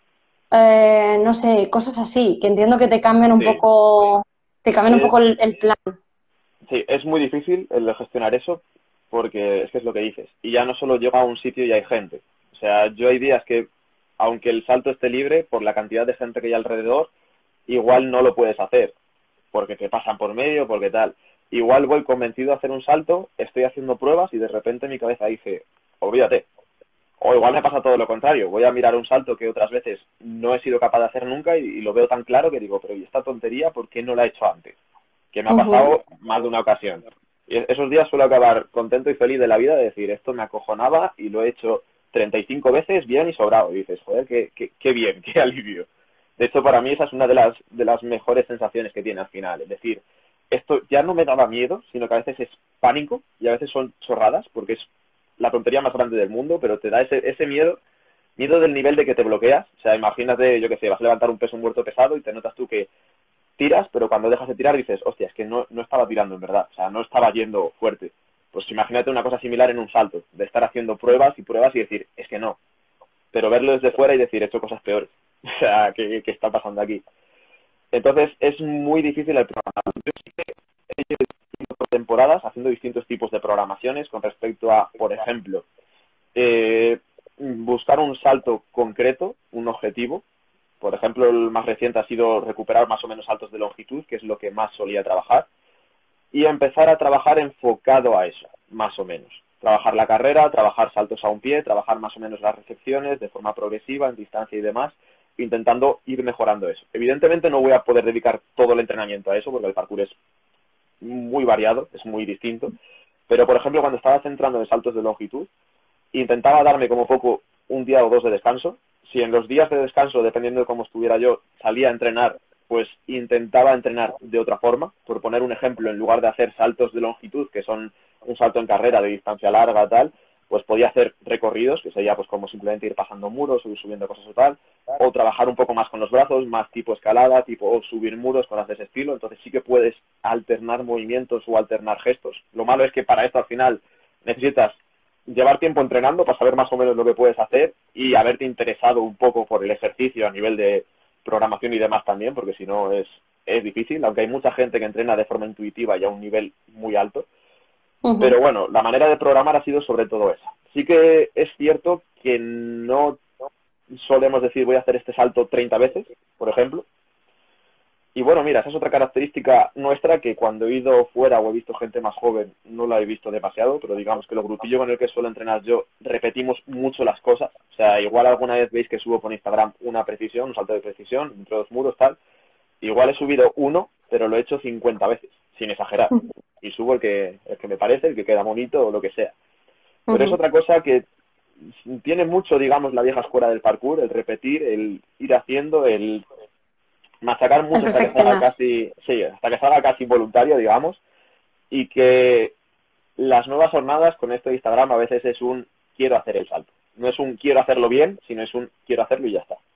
[SPEAKER 2] eh, no sé, cosas así, que entiendo que te cambian un
[SPEAKER 3] sí.
[SPEAKER 2] poco, te cambian un
[SPEAKER 3] Es,
[SPEAKER 2] poco el, el plan.
[SPEAKER 3] sí, es muy difícil el de gestionar eso porque es que es lo que dices. Y ya no solo llego a un sitio y hay gente. O sea, yo hay días que, aunque el salto esté libre, por la cantidad de gente que hay alrededor, igual no lo puedes hacer. Porque te pasan por medio, porque tal. Igual voy convencido a hacer un salto, estoy haciendo pruebas y de repente mi cabeza dice, olvídate. O igual me pasa todo lo contrario. Voy a mirar un salto que otras veces no he sido capaz de hacer nunca y, y lo veo tan claro que digo, pero ¿y esta tontería por qué no la he hecho antes? Que me ha
[SPEAKER 2] Ujú.
[SPEAKER 3] pasado más de una ocasión. Y esos días suelo acabar contento y feliz de la vida de decir, esto me acojonaba y lo he hecho treinta y cinco veces bien y sobrado. Y dices, joder, qué, qué, qué bien, qué alivio. De hecho, para mí esa es una de las, de las mejores sensaciones que tiene al final. Es decir, esto ya no me daba miedo, sino que a veces es pánico y a veces son chorradas, porque es la tontería más grande del mundo, pero te da ese, ese miedo, miedo del nivel de que te bloqueas. O sea, imagínate, yo que sé, vas a levantar un peso muerto pesado y te notas tú que tiras, pero cuando dejas de tirar dices, hostia, es que no, no estaba tirando en verdad, o sea, no estaba yendo fuerte. Pues imagínate una cosa similar en un salto, de estar haciendo pruebas y pruebas y decir, es que no. Pero verlo desde fuera y decir, he hecho cosas peores. O sea, ¿qué, qué está pasando aquí? Entonces, es muy difícil el programar. Yo sí que he ido por temporadas haciendo distintos tipos de programaciones con respecto a, por ejemplo, eh, buscar un salto concreto, un objetivo. Por ejemplo, el más reciente ha sido recuperar más o menos saltos de longitud, que es lo que más solía trabajar, y empezar a trabajar enfocado a eso, más o menos. Trabajar la carrera, trabajar saltos a un pie, trabajar más o menos las recepciones de forma progresiva, en distancia y demás, intentando ir mejorando eso. Evidentemente no voy a poder dedicar todo el entrenamiento a eso, porque el parkour es muy variado, es muy distinto, pero por ejemplo cuando estaba centrando en saltos de longitud, intentaba darme como poco un día o dos de descanso. Si en los días de descanso, dependiendo de cómo estuviera yo, salía a entrenar, pues intentaba entrenar de otra forma. Por poner un ejemplo, en lugar de hacer saltos de longitud, que son un salto en carrera de distancia larga, tal, pues podía hacer recorridos, que sería pues como simplemente ir pasando muros o ir subiendo cosas o tal, o trabajar un poco más con los brazos, más tipo escalada, tipo subir muros, cosas de ese estilo. Entonces sí que puedes alternar movimientos o alternar gestos. Lo malo es que para esto al final necesitas llevar tiempo entrenando para saber más o menos lo que puedes hacer y haberte interesado un poco por el ejercicio a nivel de programación y demás también, porque si no es, es difícil, aunque hay mucha gente que entrena de forma intuitiva y a un nivel muy alto.
[SPEAKER 2] Uh-huh.
[SPEAKER 3] Pero bueno, la manera de programar ha sido sobre todo esa. Sí que es cierto que no solemos decir voy a hacer este salto treinta veces, por ejemplo. Y bueno, mira, esa es otra característica nuestra que cuando he ido fuera o he visto gente más joven no la he visto demasiado, pero digamos que los grupillos con el que suelo entrenar yo repetimos mucho las cosas. O sea, igual alguna vez veis que subo por Instagram una precisión, un salto de precisión, entre dos muros, tal. Igual he subido uno, pero lo he hecho cincuenta veces, sin exagerar. Y subo el que, el que me parece, el que queda bonito o lo que sea. Pero es
[SPEAKER 2] Uh-huh.
[SPEAKER 3] otra cosa que tiene mucho, digamos, la vieja escuela del parkour, el repetir, el ir haciendo, el machacar
[SPEAKER 2] El
[SPEAKER 3] mucho hasta que salga
[SPEAKER 2] perfeccionar.
[SPEAKER 3] casi, sí, hasta que salga casi voluntario, digamos, y que las nuevas jornadas con esto de Instagram a veces es un quiero hacer el salto. No es un quiero hacerlo bien, sino es un quiero hacerlo y ya está.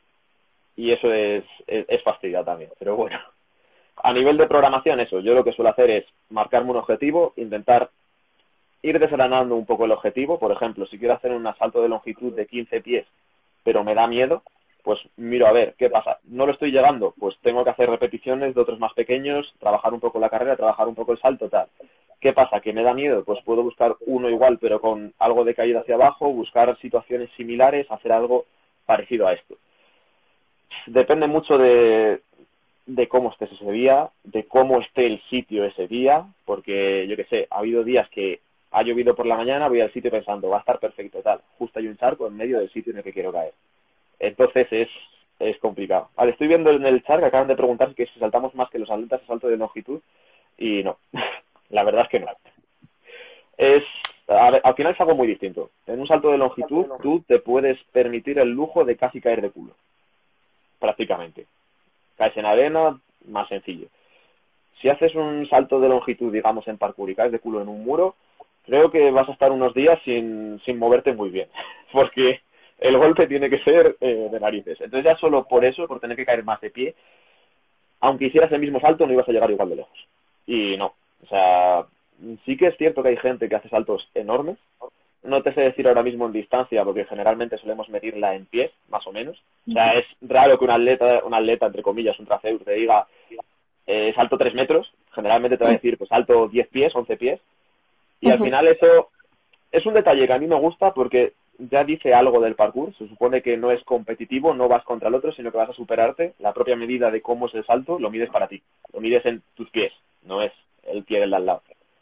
[SPEAKER 3] Y eso es, es, es fastidio también, pero bueno. A nivel de programación, eso, yo lo que suelo hacer es marcarme un objetivo, intentar ir desgranando un poco el objetivo. Por ejemplo, si quiero hacer un salto de longitud de quince pies, pero me da miedo, pues miro a ver qué pasa. No lo estoy llegando, pues tengo que hacer repeticiones de otros más pequeños, trabajar un poco la carrera, trabajar un poco el salto, tal. ¿Qué pasa? ¿Que me da miedo? Pues puedo buscar uno igual, pero con algo de caída hacia abajo, buscar situaciones similares, hacer algo parecido a esto. Depende mucho de, de cómo estés ese día, de cómo esté el sitio ese día, porque yo qué sé, ha habido días que ha llovido por la mañana, voy al sitio pensando, va a estar perfecto, tal. Justo hay un charco en medio del sitio en el que quiero caer. Entonces es, es complicado. Vale, estoy viendo en el chat que acaban de preguntar que si saltamos más que los atletas a salto de longitud, y no, la verdad es que no. Es, a ver, al final es algo muy distinto. En un salto de longitud tú te puedes permitir el lujo de casi caer de culo. prácticamente. Caes en arena, más sencillo. Si haces un salto de longitud, digamos, en parkour y caes de culo en un muro, creo que vas a estar unos días sin, sin moverte muy bien, porque el golpe tiene que ser eh, de narices. Entonces ya solo por eso, por tener que caer más de pie, aunque hicieras el mismo salto, no ibas a llegar igual de lejos. Y no, o sea, sí que es cierto que hay gente que hace saltos enormes. No te sé decir ahora mismo en distancia, porque generalmente solemos medirla en pies, más o menos. O sea, es raro que un atleta, un atleta entre comillas, un traceur, te diga eh, salto tres metros. Generalmente te va a decir, pues salto diez pies, once pies. Y al final eso es un detalle que a mí me gusta porque ya dice algo del parkour. Se supone que no es competitivo, no vas contra el otro, sino que vas a superarte. La propia medida de cómo es el salto lo mides para ti. Lo mides en tus pies, no es el pie del de al lado.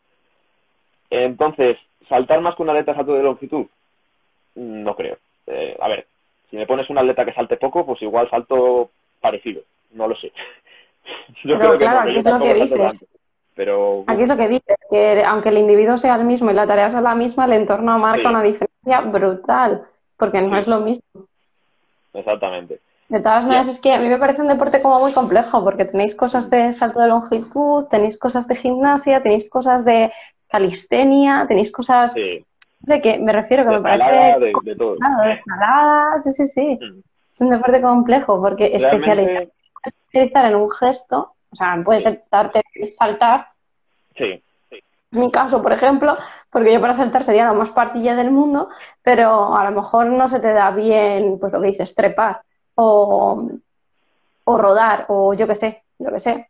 [SPEAKER 3] Entonces, ¿saltar más que un atleta salto de longitud? No creo. Eh, a ver, si me pones un atleta que salte poco, pues igual salto parecido. No lo sé. Yo
[SPEAKER 2] Pero
[SPEAKER 3] creo que
[SPEAKER 2] claro,
[SPEAKER 3] no, que
[SPEAKER 2] aquí
[SPEAKER 3] yo
[SPEAKER 2] es lo
[SPEAKER 3] tampoco
[SPEAKER 2] que
[SPEAKER 3] salto
[SPEAKER 2] dices.
[SPEAKER 3] tanto. Pero,
[SPEAKER 2] Aquí es lo que dices, que aunque el individuo sea el mismo y la tarea sea la misma, el entorno marca
[SPEAKER 3] sí,
[SPEAKER 2] una diferencia brutal, porque no es
[SPEAKER 3] sí,
[SPEAKER 2] lo mismo.
[SPEAKER 3] exactamente.
[SPEAKER 2] De todas
[SPEAKER 3] Ya.
[SPEAKER 2] maneras, es que a mí me parece un deporte como muy complejo, porque tenéis cosas de salto de longitud, tenéis cosas de gimnasia, tenéis cosas de calistenia, tenéis cosas
[SPEAKER 3] Sí,
[SPEAKER 2] de que me refiero que
[SPEAKER 3] de
[SPEAKER 2] me
[SPEAKER 3] escalada,
[SPEAKER 2] parece
[SPEAKER 3] de, de todo.
[SPEAKER 2] complicado, de escalada, sí, sí, sí. Es un deporte complejo, porque especializar,
[SPEAKER 3] Realmente,
[SPEAKER 2] especializar en un gesto, o sea, puedes
[SPEAKER 3] sí,
[SPEAKER 2] saltar, saltar.
[SPEAKER 3] sí,
[SPEAKER 2] Es mi caso, por ejemplo, porque yo para saltar sería la más partilla del mundo, pero a lo mejor no se te da bien, pues lo que dices, trepar o, o rodar o yo qué sé, yo qué sé.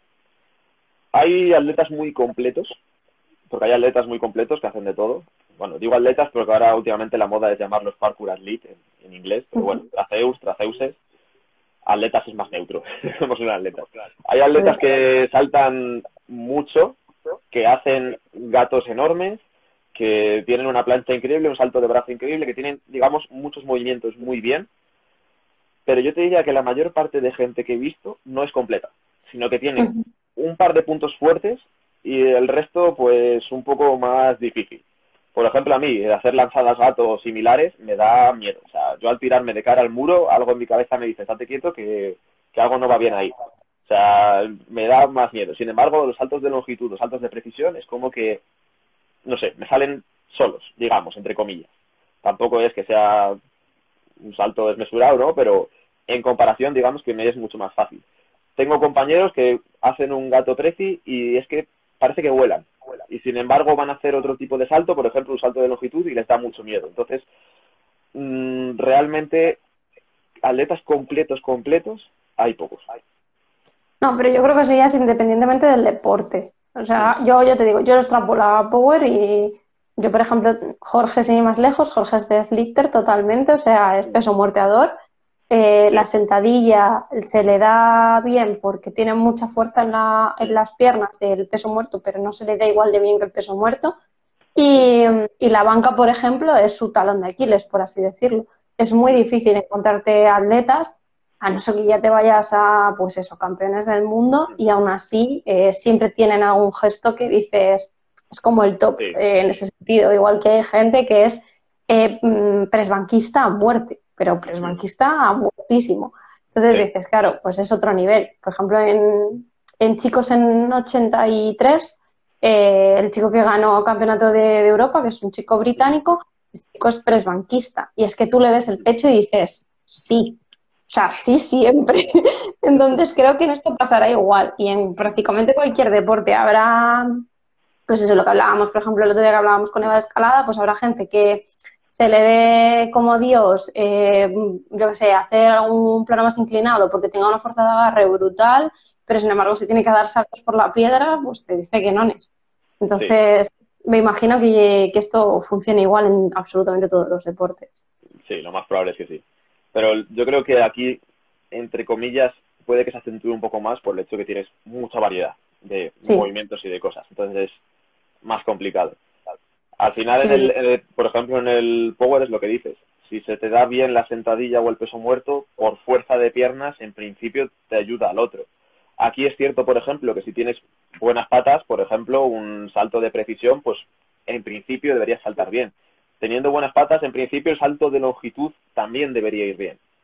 [SPEAKER 3] hay atletas muy completos, porque hay atletas muy completos que hacen de todo. Bueno, digo atletas porque ahora últimamente la moda es llamarlos parkour athlete en, en inglés, pero bueno, traceus, traceuses, atletas es más neutro, somos un atleta. Hay atletas que saltan mucho, que hacen gatos enormes, que tienen una plancha increíble, un salto de brazo increíble, que tienen, digamos, muchos movimientos muy bien, pero yo te diría que la mayor parte de gente que he visto no es completa, sino que tiene un par de puntos fuertes y el resto, pues, un poco más difícil. Por ejemplo, a mí, hacer lanzadas gato o similares me da miedo. O sea, yo al tirarme de cara al muro, algo en mi cabeza me dice, estate quieto, que, que algo no va bien ahí. O sea, me da más miedo. Sin embargo, los saltos de longitud, los saltos de precisión, es como que, no sé, me salen solos, digamos, entre comillas. Tampoco es que sea un salto desmesurado, ¿no? Pero en comparación, digamos que me es mucho más fácil. Tengo compañeros que hacen un gato preci y es que parece que vuelan. Y sin embargo van a hacer otro tipo de salto, por ejemplo un salto de longitud, y les da mucho miedo. Entonces, mmm, realmente, atletas completos, completos, hay pocos.
[SPEAKER 2] No, pero yo creo que eso ya es independientemente del deporte. O
[SPEAKER 3] Mm,
[SPEAKER 2] sea, yo ya te digo, yo lo extrapolaba a Power y yo, por ejemplo, Jorge, sin ir más lejos, Jorge es deadlifter totalmente, o sea, es
[SPEAKER 3] mm,
[SPEAKER 2] peso muerteador. Eh, la
[SPEAKER 3] sí,
[SPEAKER 2] sentadilla se le da bien porque tiene mucha fuerza en, la, en
[SPEAKER 3] mm,
[SPEAKER 2] las piernas del peso muerto, pero no se le da igual de bien que el peso muerto.
[SPEAKER 3] sí,
[SPEAKER 2] Y, y la banca, por ejemplo, es su talón de Aquiles, por así decirlo. Es muy
[SPEAKER 3] mm,
[SPEAKER 2] difícil encontrarte atletas, a no ser que ya te vayas a, pues eso, campeones del mundo,
[SPEAKER 3] mm,
[SPEAKER 2] y aún así eh, siempre tienen algún gesto que dices, es como el top
[SPEAKER 3] sí,
[SPEAKER 2] eh, en ese sentido. Igual que hay gente que es eh, mm, presbanquista a muerte, pero
[SPEAKER 3] mm,
[SPEAKER 2] presbanquista a muertísimo. Entonces
[SPEAKER 3] sí,
[SPEAKER 2] dices, claro, pues es otro nivel. Por ejemplo, en, en chicos en ochenta y tres eh, el chico que ganó campeonato de, de Europa, que es un chico
[SPEAKER 3] mm,
[SPEAKER 2] británico, ese chico es presbanquista. Y es que tú le ves el pecho y dices, sí. O sea, sí siempre. Entonces creo que en esto pasará igual. Y en prácticamente cualquier deporte habrá, pues eso, lo que hablábamos, por ejemplo, el otro día que hablábamos con Eva de escalada, pues habrá gente que se le dé como Dios, eh, yo qué sé, hacer algún plano más inclinado porque tenga una fuerza de agarre brutal, pero sin embargo si tiene que dar saltos por la piedra, pues te dice que no es.
[SPEAKER 3] sí,
[SPEAKER 2] Entonces, me imagino que, que esto funciona igual en absolutamente todos los deportes.
[SPEAKER 3] sí, lo más probable es que sí. Pero yo creo que aquí, entre comillas, puede que se acentúe un poco más por el hecho de que tienes mucha variedad de
[SPEAKER 2] Sí,
[SPEAKER 3] movimientos y de cosas. Entonces es más complicado. Al final,
[SPEAKER 2] sí,
[SPEAKER 3] en
[SPEAKER 2] sí,
[SPEAKER 3] el,
[SPEAKER 2] sí.
[SPEAKER 3] en el- por ejemplo, en el power es lo que dices. Si se te da bien la sentadilla o el peso muerto, por fuerza de piernas, en principio te ayuda al otro. Aquí es cierto, por ejemplo, que si tienes buenas patas, por ejemplo, un salto de precisión, pues en principio deberías saltar bien. Teniendo buenas patas, en principio el salto de longitud también debería ir bien.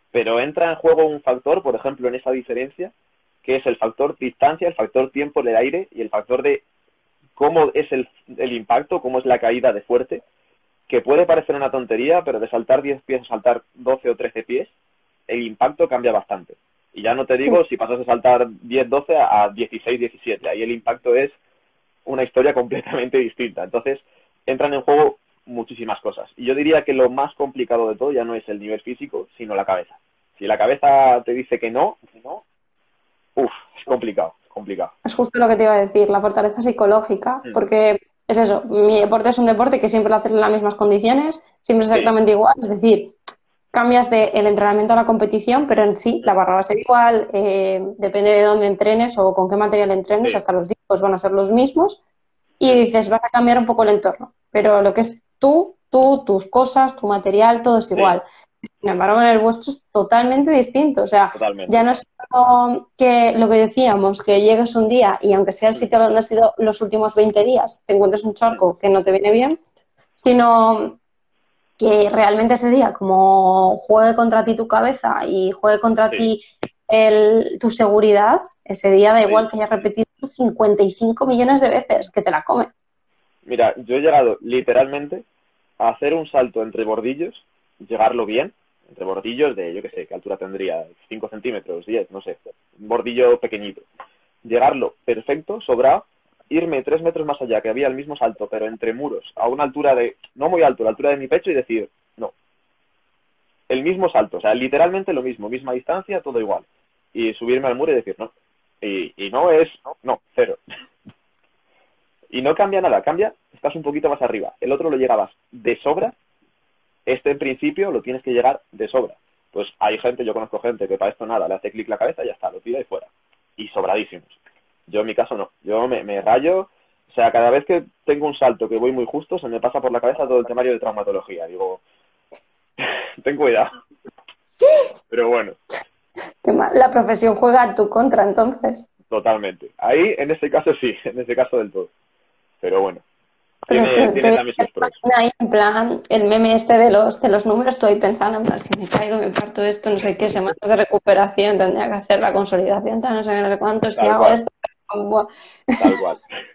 [SPEAKER 3] pero entra en juego un factor, por ejemplo, en esa diferencia, que es el factor distancia, el factor tiempo del aire y el factor de cómo es el, el impacto, cómo es la caída de fuerte, que puede parecer una tontería, pero de saltar diez pies a saltar doce o trece pies, el impacto cambia bastante. Y ya no te digo sí. si pasas a saltar diez doce a dieciséis diecisiete, ahí el impacto es una historia completamente distinta. Entonces, entran en juego muchísimas cosas. Y yo diría que lo más complicado de todo ya no es el nivel físico, sino la cabeza. Si la cabeza te dice que no, no, uff, es complicado, es complicado.
[SPEAKER 2] Es justo lo que te iba a decir, la fortaleza psicológica, mm. porque es eso, mi deporte es un deporte que siempre lo haces en las mismas condiciones, siempre es exactamente sí. igual, es decir, cambias del de entrenamiento a la competición, pero en sí la barra va a ser igual, eh, depende de dónde entrenes o con qué material entrenes, sí. hasta los discos van a ser los mismos, y dices, vas a cambiar un poco el entorno, pero lo que es tú, tú, tus cosas, tu material, todo es igual. Sí. Sin embargo, en el vuestro es totalmente distinto, o sea, totalmente. Ya no es solo que lo que decíamos, que llegues un día y aunque sea el sitio donde has ido los últimos veinte días, te encuentres un charco que no te viene bien, sino que realmente ese día, como juegue contra ti tu cabeza y juegue contra sí. ti el, tu seguridad, ese día da igual sí. que hayas repetido cincuenta y cinco millones de veces, que te la come.
[SPEAKER 3] Mira, yo he llegado literalmente a hacer un salto entre bordillos, llegarlo bien, entre bordillos de, yo qué sé, qué altura tendría, cinco centímetros, diez, no sé, un bordillo pequeñito. Llegarlo perfecto, sobrado, irme tres metros más allá, que había el mismo salto, pero entre muros, a una altura de, no muy alto, la altura de mi pecho, y decir, no. El mismo salto, o sea, literalmente lo mismo, misma distancia, todo igual. Y subirme al muro y decir, no. Y, y no es, no, cero. Y no cambia nada, cambia, estás un poquito más arriba. El otro lo llegabas de sobra, este en principio lo tienes que llegar de sobra. Pues hay gente, yo conozco gente que para esto nada, le hace clic la cabeza y ya está, lo tira y fuera. Y sobradísimos. Yo en mi caso no, yo me, me rayo, o sea, cada vez que tengo un salto que voy muy justo, se me pasa por la cabeza todo el temario de traumatología. Digo, ten cuidado. Pero bueno.
[SPEAKER 2] Qué mal. La profesión juega a tu contra, entonces.
[SPEAKER 3] Totalmente. Ahí, en este caso sí, en este caso del todo. Pero bueno. Tiene, Pero te, tiene te, también sus pros.
[SPEAKER 2] Ahí, en plan, el meme este de los de los números, estoy pensando, en plan, si me caigo, me parto esto, no sé qué, semanas de recuperación, tendría que hacer la consolidación, no sé, no sé cuánto, si hago esto.
[SPEAKER 3] Tal cual.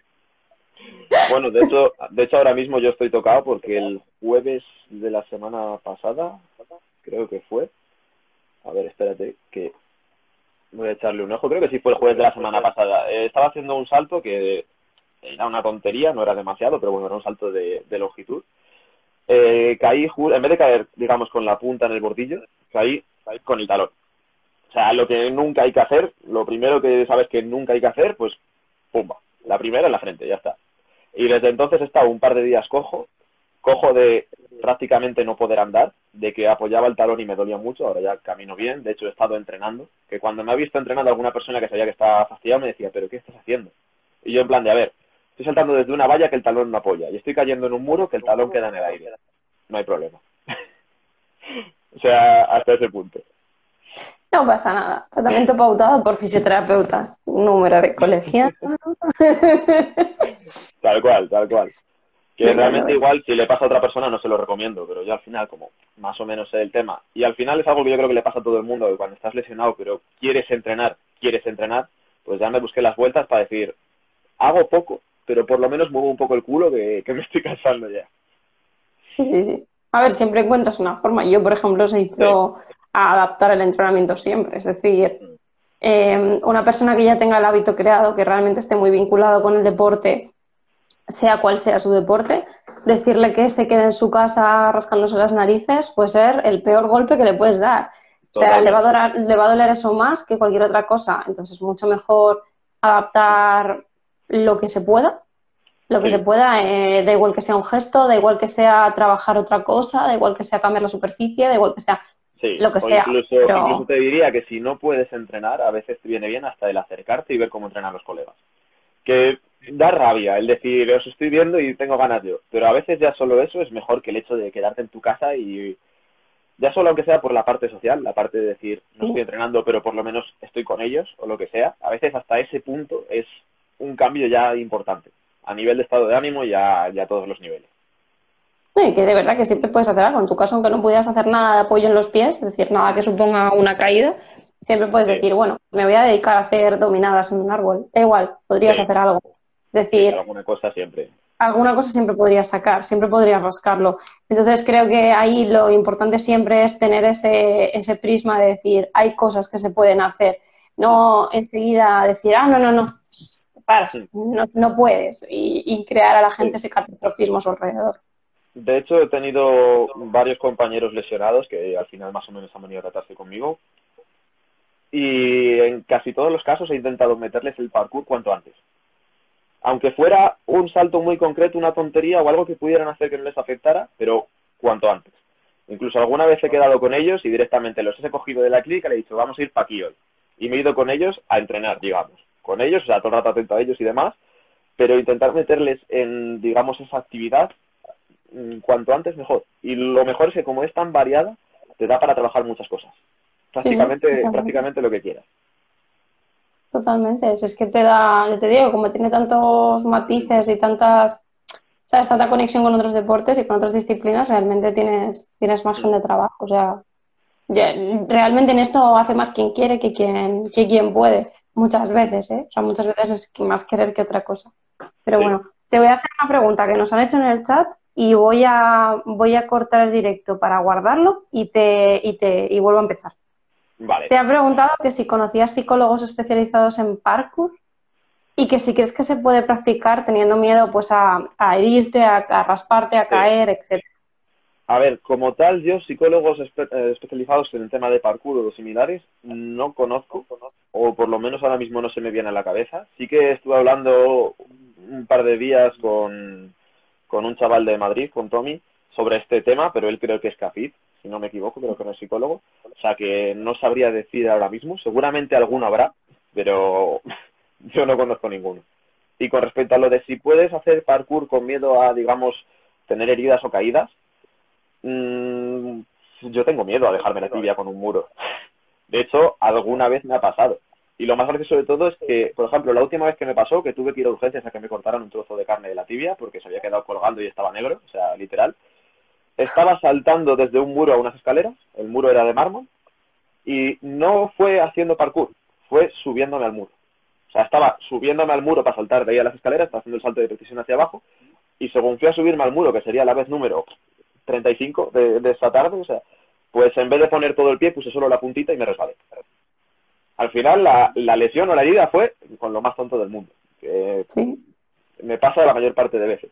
[SPEAKER 3] Bueno, de hecho, de hecho ahora mismo yo estoy tocado porque el jueves de la semana pasada, creo que fue, a ver, espérate, que voy a echarle un ojo, creo que sí fue el jueves de la semana pasada. Eh, estaba haciendo un salto que era una tontería, no era demasiado, pero bueno, era un salto de, de longitud. Eh, caí, en vez de caer, digamos, con la punta en el bordillo, caí, caí con el talón. O sea, lo que nunca hay que hacer, lo primero que sabes que nunca hay que hacer, pues, pumba, la primera en la frente, ya está. Y desde entonces he estado un par de días cojo, cojo de prácticamente no poder andar, de que apoyaba el talón y me dolía mucho, ahora ya camino bien, de hecho he estado entrenando, que cuando me ha visto entrenando alguna persona que sabía que estaba fastidiado me decía, ¿pero qué estás haciendo? Y yo en plan de, a ver, estoy saltando desde una valla que el talón no apoya, y estoy cayendo en un muro que el talón queda en el aire, no hay problema. O sea, hasta ese punto.
[SPEAKER 2] No pasa nada. Tratamiento pautado por fisioterapeuta. Número de colegio.
[SPEAKER 3] Tal cual, tal cual. Que realmente igual si le pasa a otra persona no se lo recomiendo, pero yo al final como más o menos sé el tema. Y al final es algo que yo creo que le pasa a todo el mundo, que cuando estás lesionado pero quieres entrenar, quieres entrenar, pues ya me busqué las vueltas para decir, hago poco, pero por lo menos muevo un poco el culo que, que me estoy cansando ya.
[SPEAKER 2] Sí, sí, sí. A ver, siempre encuentras una forma. Yo, por ejemplo, soy pro sí. a adaptar el entrenamiento siempre. Es decir, eh, una persona que ya tenga el hábito creado, que realmente esté muy vinculado con el deporte, sea cual sea su deporte, decirle que se quede en su casa rascándose las narices puede ser el peor golpe que le puedes dar. O sea, le va, a doler, le va a doler eso más que cualquier otra cosa. Entonces, mucho mejor adaptar lo que se pueda. Lo que sí. se pueda, eh, da igual que sea un gesto, da igual que sea trabajar otra cosa, da igual que sea cambiar la superficie, da igual que sea
[SPEAKER 3] sí.
[SPEAKER 2] lo que
[SPEAKER 3] o
[SPEAKER 2] sea.
[SPEAKER 3] Incluso,
[SPEAKER 2] pero...
[SPEAKER 3] incluso te diría que si no puedes entrenar, a veces te viene bien hasta el acercarte y ver cómo entrenan los colegas. Que da rabia el decir, os estoy viendo y tengo ganas yo. Pero a veces ya solo eso es mejor que el hecho de quedarte en tu casa y ya solo aunque sea por la parte social, la parte de decir, no estoy entrenando, pero por lo menos estoy con ellos o lo que sea. A veces hasta ese punto es un cambio ya importante. A nivel de estado de ánimo y a, y a todos los niveles.
[SPEAKER 2] No, y que de verdad que siempre puedes hacer algo. En tu caso, aunque no pudieras hacer nada de apoyo en los pies, es decir, nada que suponga una caída, siempre puedes
[SPEAKER 3] Sí,
[SPEAKER 2] decir, bueno, me voy a dedicar a hacer dominadas en un árbol. Da igual, podrías
[SPEAKER 3] sí,
[SPEAKER 2] hacer algo. Es
[SPEAKER 3] sí,
[SPEAKER 2] decir,
[SPEAKER 3] alguna cosa siempre.
[SPEAKER 2] alguna cosa siempre podrías sacar, siempre podrías rascarlo. Entonces creo que ahí lo importante siempre es tener ese, ese prisma de decir, hay cosas que se pueden hacer. No enseguida decir, ah, no, no, no, te paras, no, no puedes. Y, y crear a la gente
[SPEAKER 3] Sí.
[SPEAKER 2] ese catastrofismo a su alrededor.
[SPEAKER 3] De hecho, he tenido varios compañeros lesionados que al final más o menos han venido a tratarse conmigo y en casi todos los casos he intentado meterles el parkour cuanto antes. Aunque fuera un salto muy concreto, una tontería o algo que pudieran hacer que no les afectara, pero cuanto antes. Incluso alguna vez he quedado con ellos y directamente los he cogido de la clínica y le he dicho, vamos a ir pa' aquí hoy. Y me he ido con ellos a entrenar, digamos. Con ellos, o sea, todo el rato atento a ellos y demás, pero intentar meterles en, digamos, esa actividad mm, cuanto antes mejor. Y lo mejor es que como es tan variada, te da para trabajar muchas cosas.
[SPEAKER 2] Sí, sí,
[SPEAKER 3] Prácticamente,
[SPEAKER 2] totalmente.
[SPEAKER 3] prácticamente lo que quieras.
[SPEAKER 2] Totalmente. Es, es que te da, yo te digo, como tiene tantos matices y tantas, sabes, tanta conexión con otros deportes y con otras disciplinas, realmente tienes, tienes margen
[SPEAKER 3] Mm,
[SPEAKER 2] de trabajo. O sea, ya- realmente en esto hace más quien quiere que quien, que quien puede, muchas veces, ¿eh? O sea, muchas veces es que más querer que otra cosa. Pero
[SPEAKER 3] sí,
[SPEAKER 2] bueno, te voy a hacer una pregunta que nos han hecho en el chat y voy a, voy a cortar el directo para guardarlo y te, y te, y vuelvo a empezar.
[SPEAKER 3] vale.
[SPEAKER 2] Te ha preguntado que si conocías psicólogos especializados en parkour y que si crees que se puede practicar teniendo miedo pues a, a herirte, a, a rasparte, a
[SPEAKER 3] Sí.
[SPEAKER 2] caer, etcétera.
[SPEAKER 3] A ver, como tal, yo psicólogos espe- eh, especializados en el tema de parkour o similares no conozco, o por lo menos ahora mismo no se me viene a la cabeza. Sí que estuve hablando un par de días con, con un chaval de Madrid, con Tommy, sobre este tema, pero él creo que es CAFID, si no me equivoco, creo que no es psicólogo. O sea que no sabría decir ahora mismo. Seguramente alguno habrá, pero yo no conozco ninguno. Y con respecto a lo de si puedes hacer parkour con miedo a, digamos, tener heridas o caídas, Mm, yo tengo miedo a dejarme la tibia con un muro. De hecho, alguna vez me ha pasado. Y lo más gracioso de todo es que, por ejemplo, la última vez que me pasó, que tuve que ir a urgencias a que me cortaran un trozo de carne de la tibia porque se había quedado colgando y estaba negro, o sea, literal. Estaba saltando desde un muro a unas escaleras, el muro era de mármol, y no fue haciendo parkour, fue subiéndome al muro. O sea, estaba subiéndome al muro para saltar de ahí a las escaleras, estaba haciendo el salto de precisión hacia abajo, y según fui a subirme al muro, que sería la vez número treinta y cinco de, de esta tarde, o sea, pues en vez de poner todo el pie, puse solo la puntita y me resbalé. Al final, la, la lesión o la herida fue con lo más tonto del mundo, que
[SPEAKER 2] Sí.
[SPEAKER 3] me pasa la mayor parte de veces.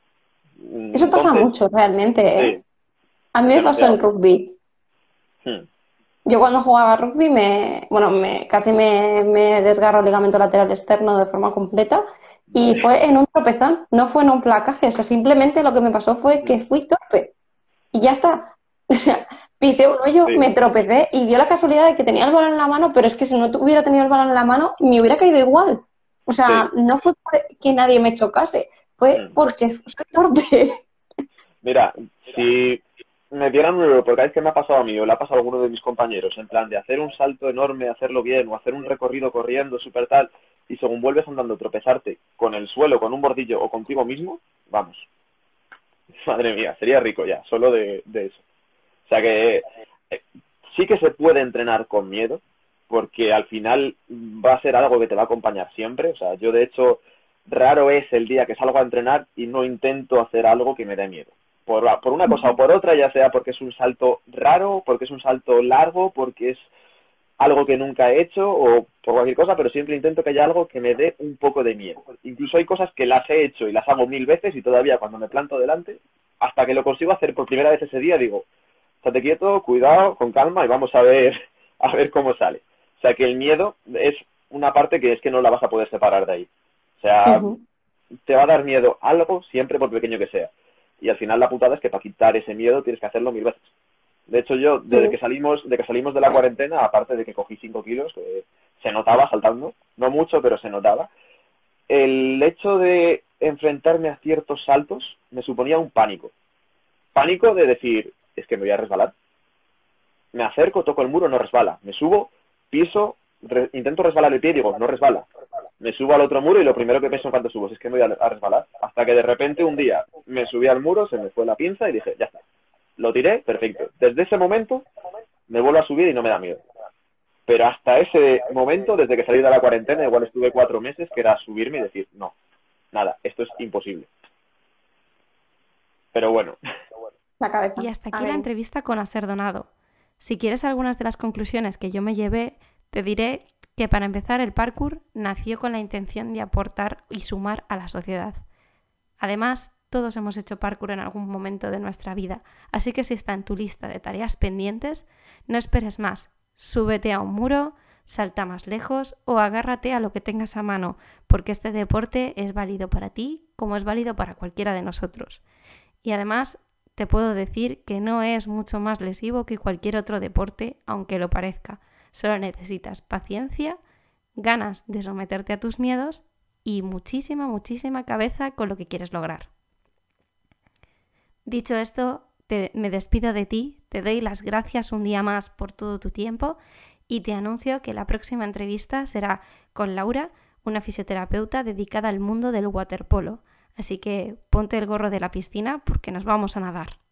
[SPEAKER 2] Eso pasa
[SPEAKER 3] Entonces,
[SPEAKER 2] mucho realmente, ¿eh?
[SPEAKER 3] sí,
[SPEAKER 2] A mí me pasó en
[SPEAKER 3] demasiado.
[SPEAKER 2] rugby.
[SPEAKER 3] Hmm,
[SPEAKER 2] Yo cuando jugaba rugby me, bueno, me, casi me, me desgarro el ligamento lateral externo de forma completa y
[SPEAKER 3] Madre
[SPEAKER 2] fue
[SPEAKER 3] mía.
[SPEAKER 2] en un tropezón, no fue en un placaje, o sea, simplemente lo que me pasó fue
[SPEAKER 3] Hmm,
[SPEAKER 2] que fui torpe y ya está. O sea, pisé un hoyo,
[SPEAKER 3] sí,
[SPEAKER 2] me tropecé y dio la casualidad de que tenía el balón en la mano, pero es que si no hubiera tenido el balón en la mano, me hubiera caído igual. O sea,
[SPEAKER 3] sí.
[SPEAKER 2] no fue por que nadie me chocase, fue
[SPEAKER 3] Hmm.
[SPEAKER 2] porque soy torpe.
[SPEAKER 3] Mira, si me dieran un euro por cada vez que me ha pasado a mí o le ha pasado a alguno de mis compañeros, en plan de hacer un salto enorme, hacerlo bien, o hacer un recorrido corriendo súper tal, y según vuelves andando tropezarte con el suelo, con un bordillo o contigo mismo, vamos, madre mía, sería rico ya, solo de, de eso. O sea que eh, sí que se puede entrenar con miedo, porque al final va a ser algo que te va a acompañar siempre. O sea, yo de hecho, raro es el día que salgo a entrenar y no intento hacer algo que me dé miedo. Por, por una cosa o por otra, ya sea porque es un salto raro, porque es un salto largo, porque es algo que nunca he hecho o por cualquier cosa, pero siempre intento que haya algo que me dé un poco de miedo. Incluso hay cosas que las he hecho y las hago mil veces y todavía cuando me planto delante, hasta que lo consigo hacer por primera vez ese día, digo, estate quieto, cuidado, con calma y vamos a ver a ver cómo sale. O sea que el miedo es una parte que es que no la vas a poder separar de ahí. O sea,
[SPEAKER 2] Ujú.
[SPEAKER 3] te va a dar miedo algo siempre por pequeño que sea. Y al final la putada es que para quitar ese miedo tienes que hacerlo mil veces. De hecho, yo, desde
[SPEAKER 2] Sí.
[SPEAKER 3] que salimos, de que salimos de la cuarentena, aparte de que cogí cinco kilos, que se notaba saltando, no mucho, pero se notaba, el hecho de enfrentarme a ciertos saltos me suponía un pánico. Pánico de decir, es que me voy a resbalar. Me acerco, toco el muro, no resbala. Me subo, piso, re- intento resbalar el pie y digo, no resbala. Me subo al otro muro y lo primero que pienso en cuanto subo es que me voy a, a resbalar. Hasta que de repente un día me subí al muro, se me fue la pinza y dije, ya está. Lo tiré, perfecto. Desde ese momento me vuelvo a subir y no me da miedo. Pero hasta ese momento, desde que salí de la cuarentena, igual estuve cuatro meses, que era subirme y decir, no, nada, esto es imposible. Pero bueno.
[SPEAKER 2] La cabeza.
[SPEAKER 1] Y hasta aquí la entrevista con Asier Donado. Si quieres algunas de las conclusiones que yo me llevé, te diré que para empezar el parkour nació con la intención de aportar y sumar a la sociedad. Además, todos hemos hecho parkour en algún momento de nuestra vida, así que si está en tu lista de tareas pendientes, no esperes más. Súbete a un muro, salta más lejos o agárrate a lo que tengas a mano, porque este deporte es válido para ti como es válido para cualquiera de nosotros. Y además, te puedo decir que no es mucho más lesivo que cualquier otro deporte, aunque lo parezca. Solo necesitas paciencia, ganas de someterte a tus miedos y muchísima, muchísima cabeza con lo que quieres lograr. Dicho esto, te, me despido de ti, te doy las gracias un día más por todo tu tiempo y te anuncio que la próxima entrevista será con Laura, una fisioterapeuta dedicada al mundo del waterpolo. Así que ponte el gorro de la piscina porque nos vamos a nadar.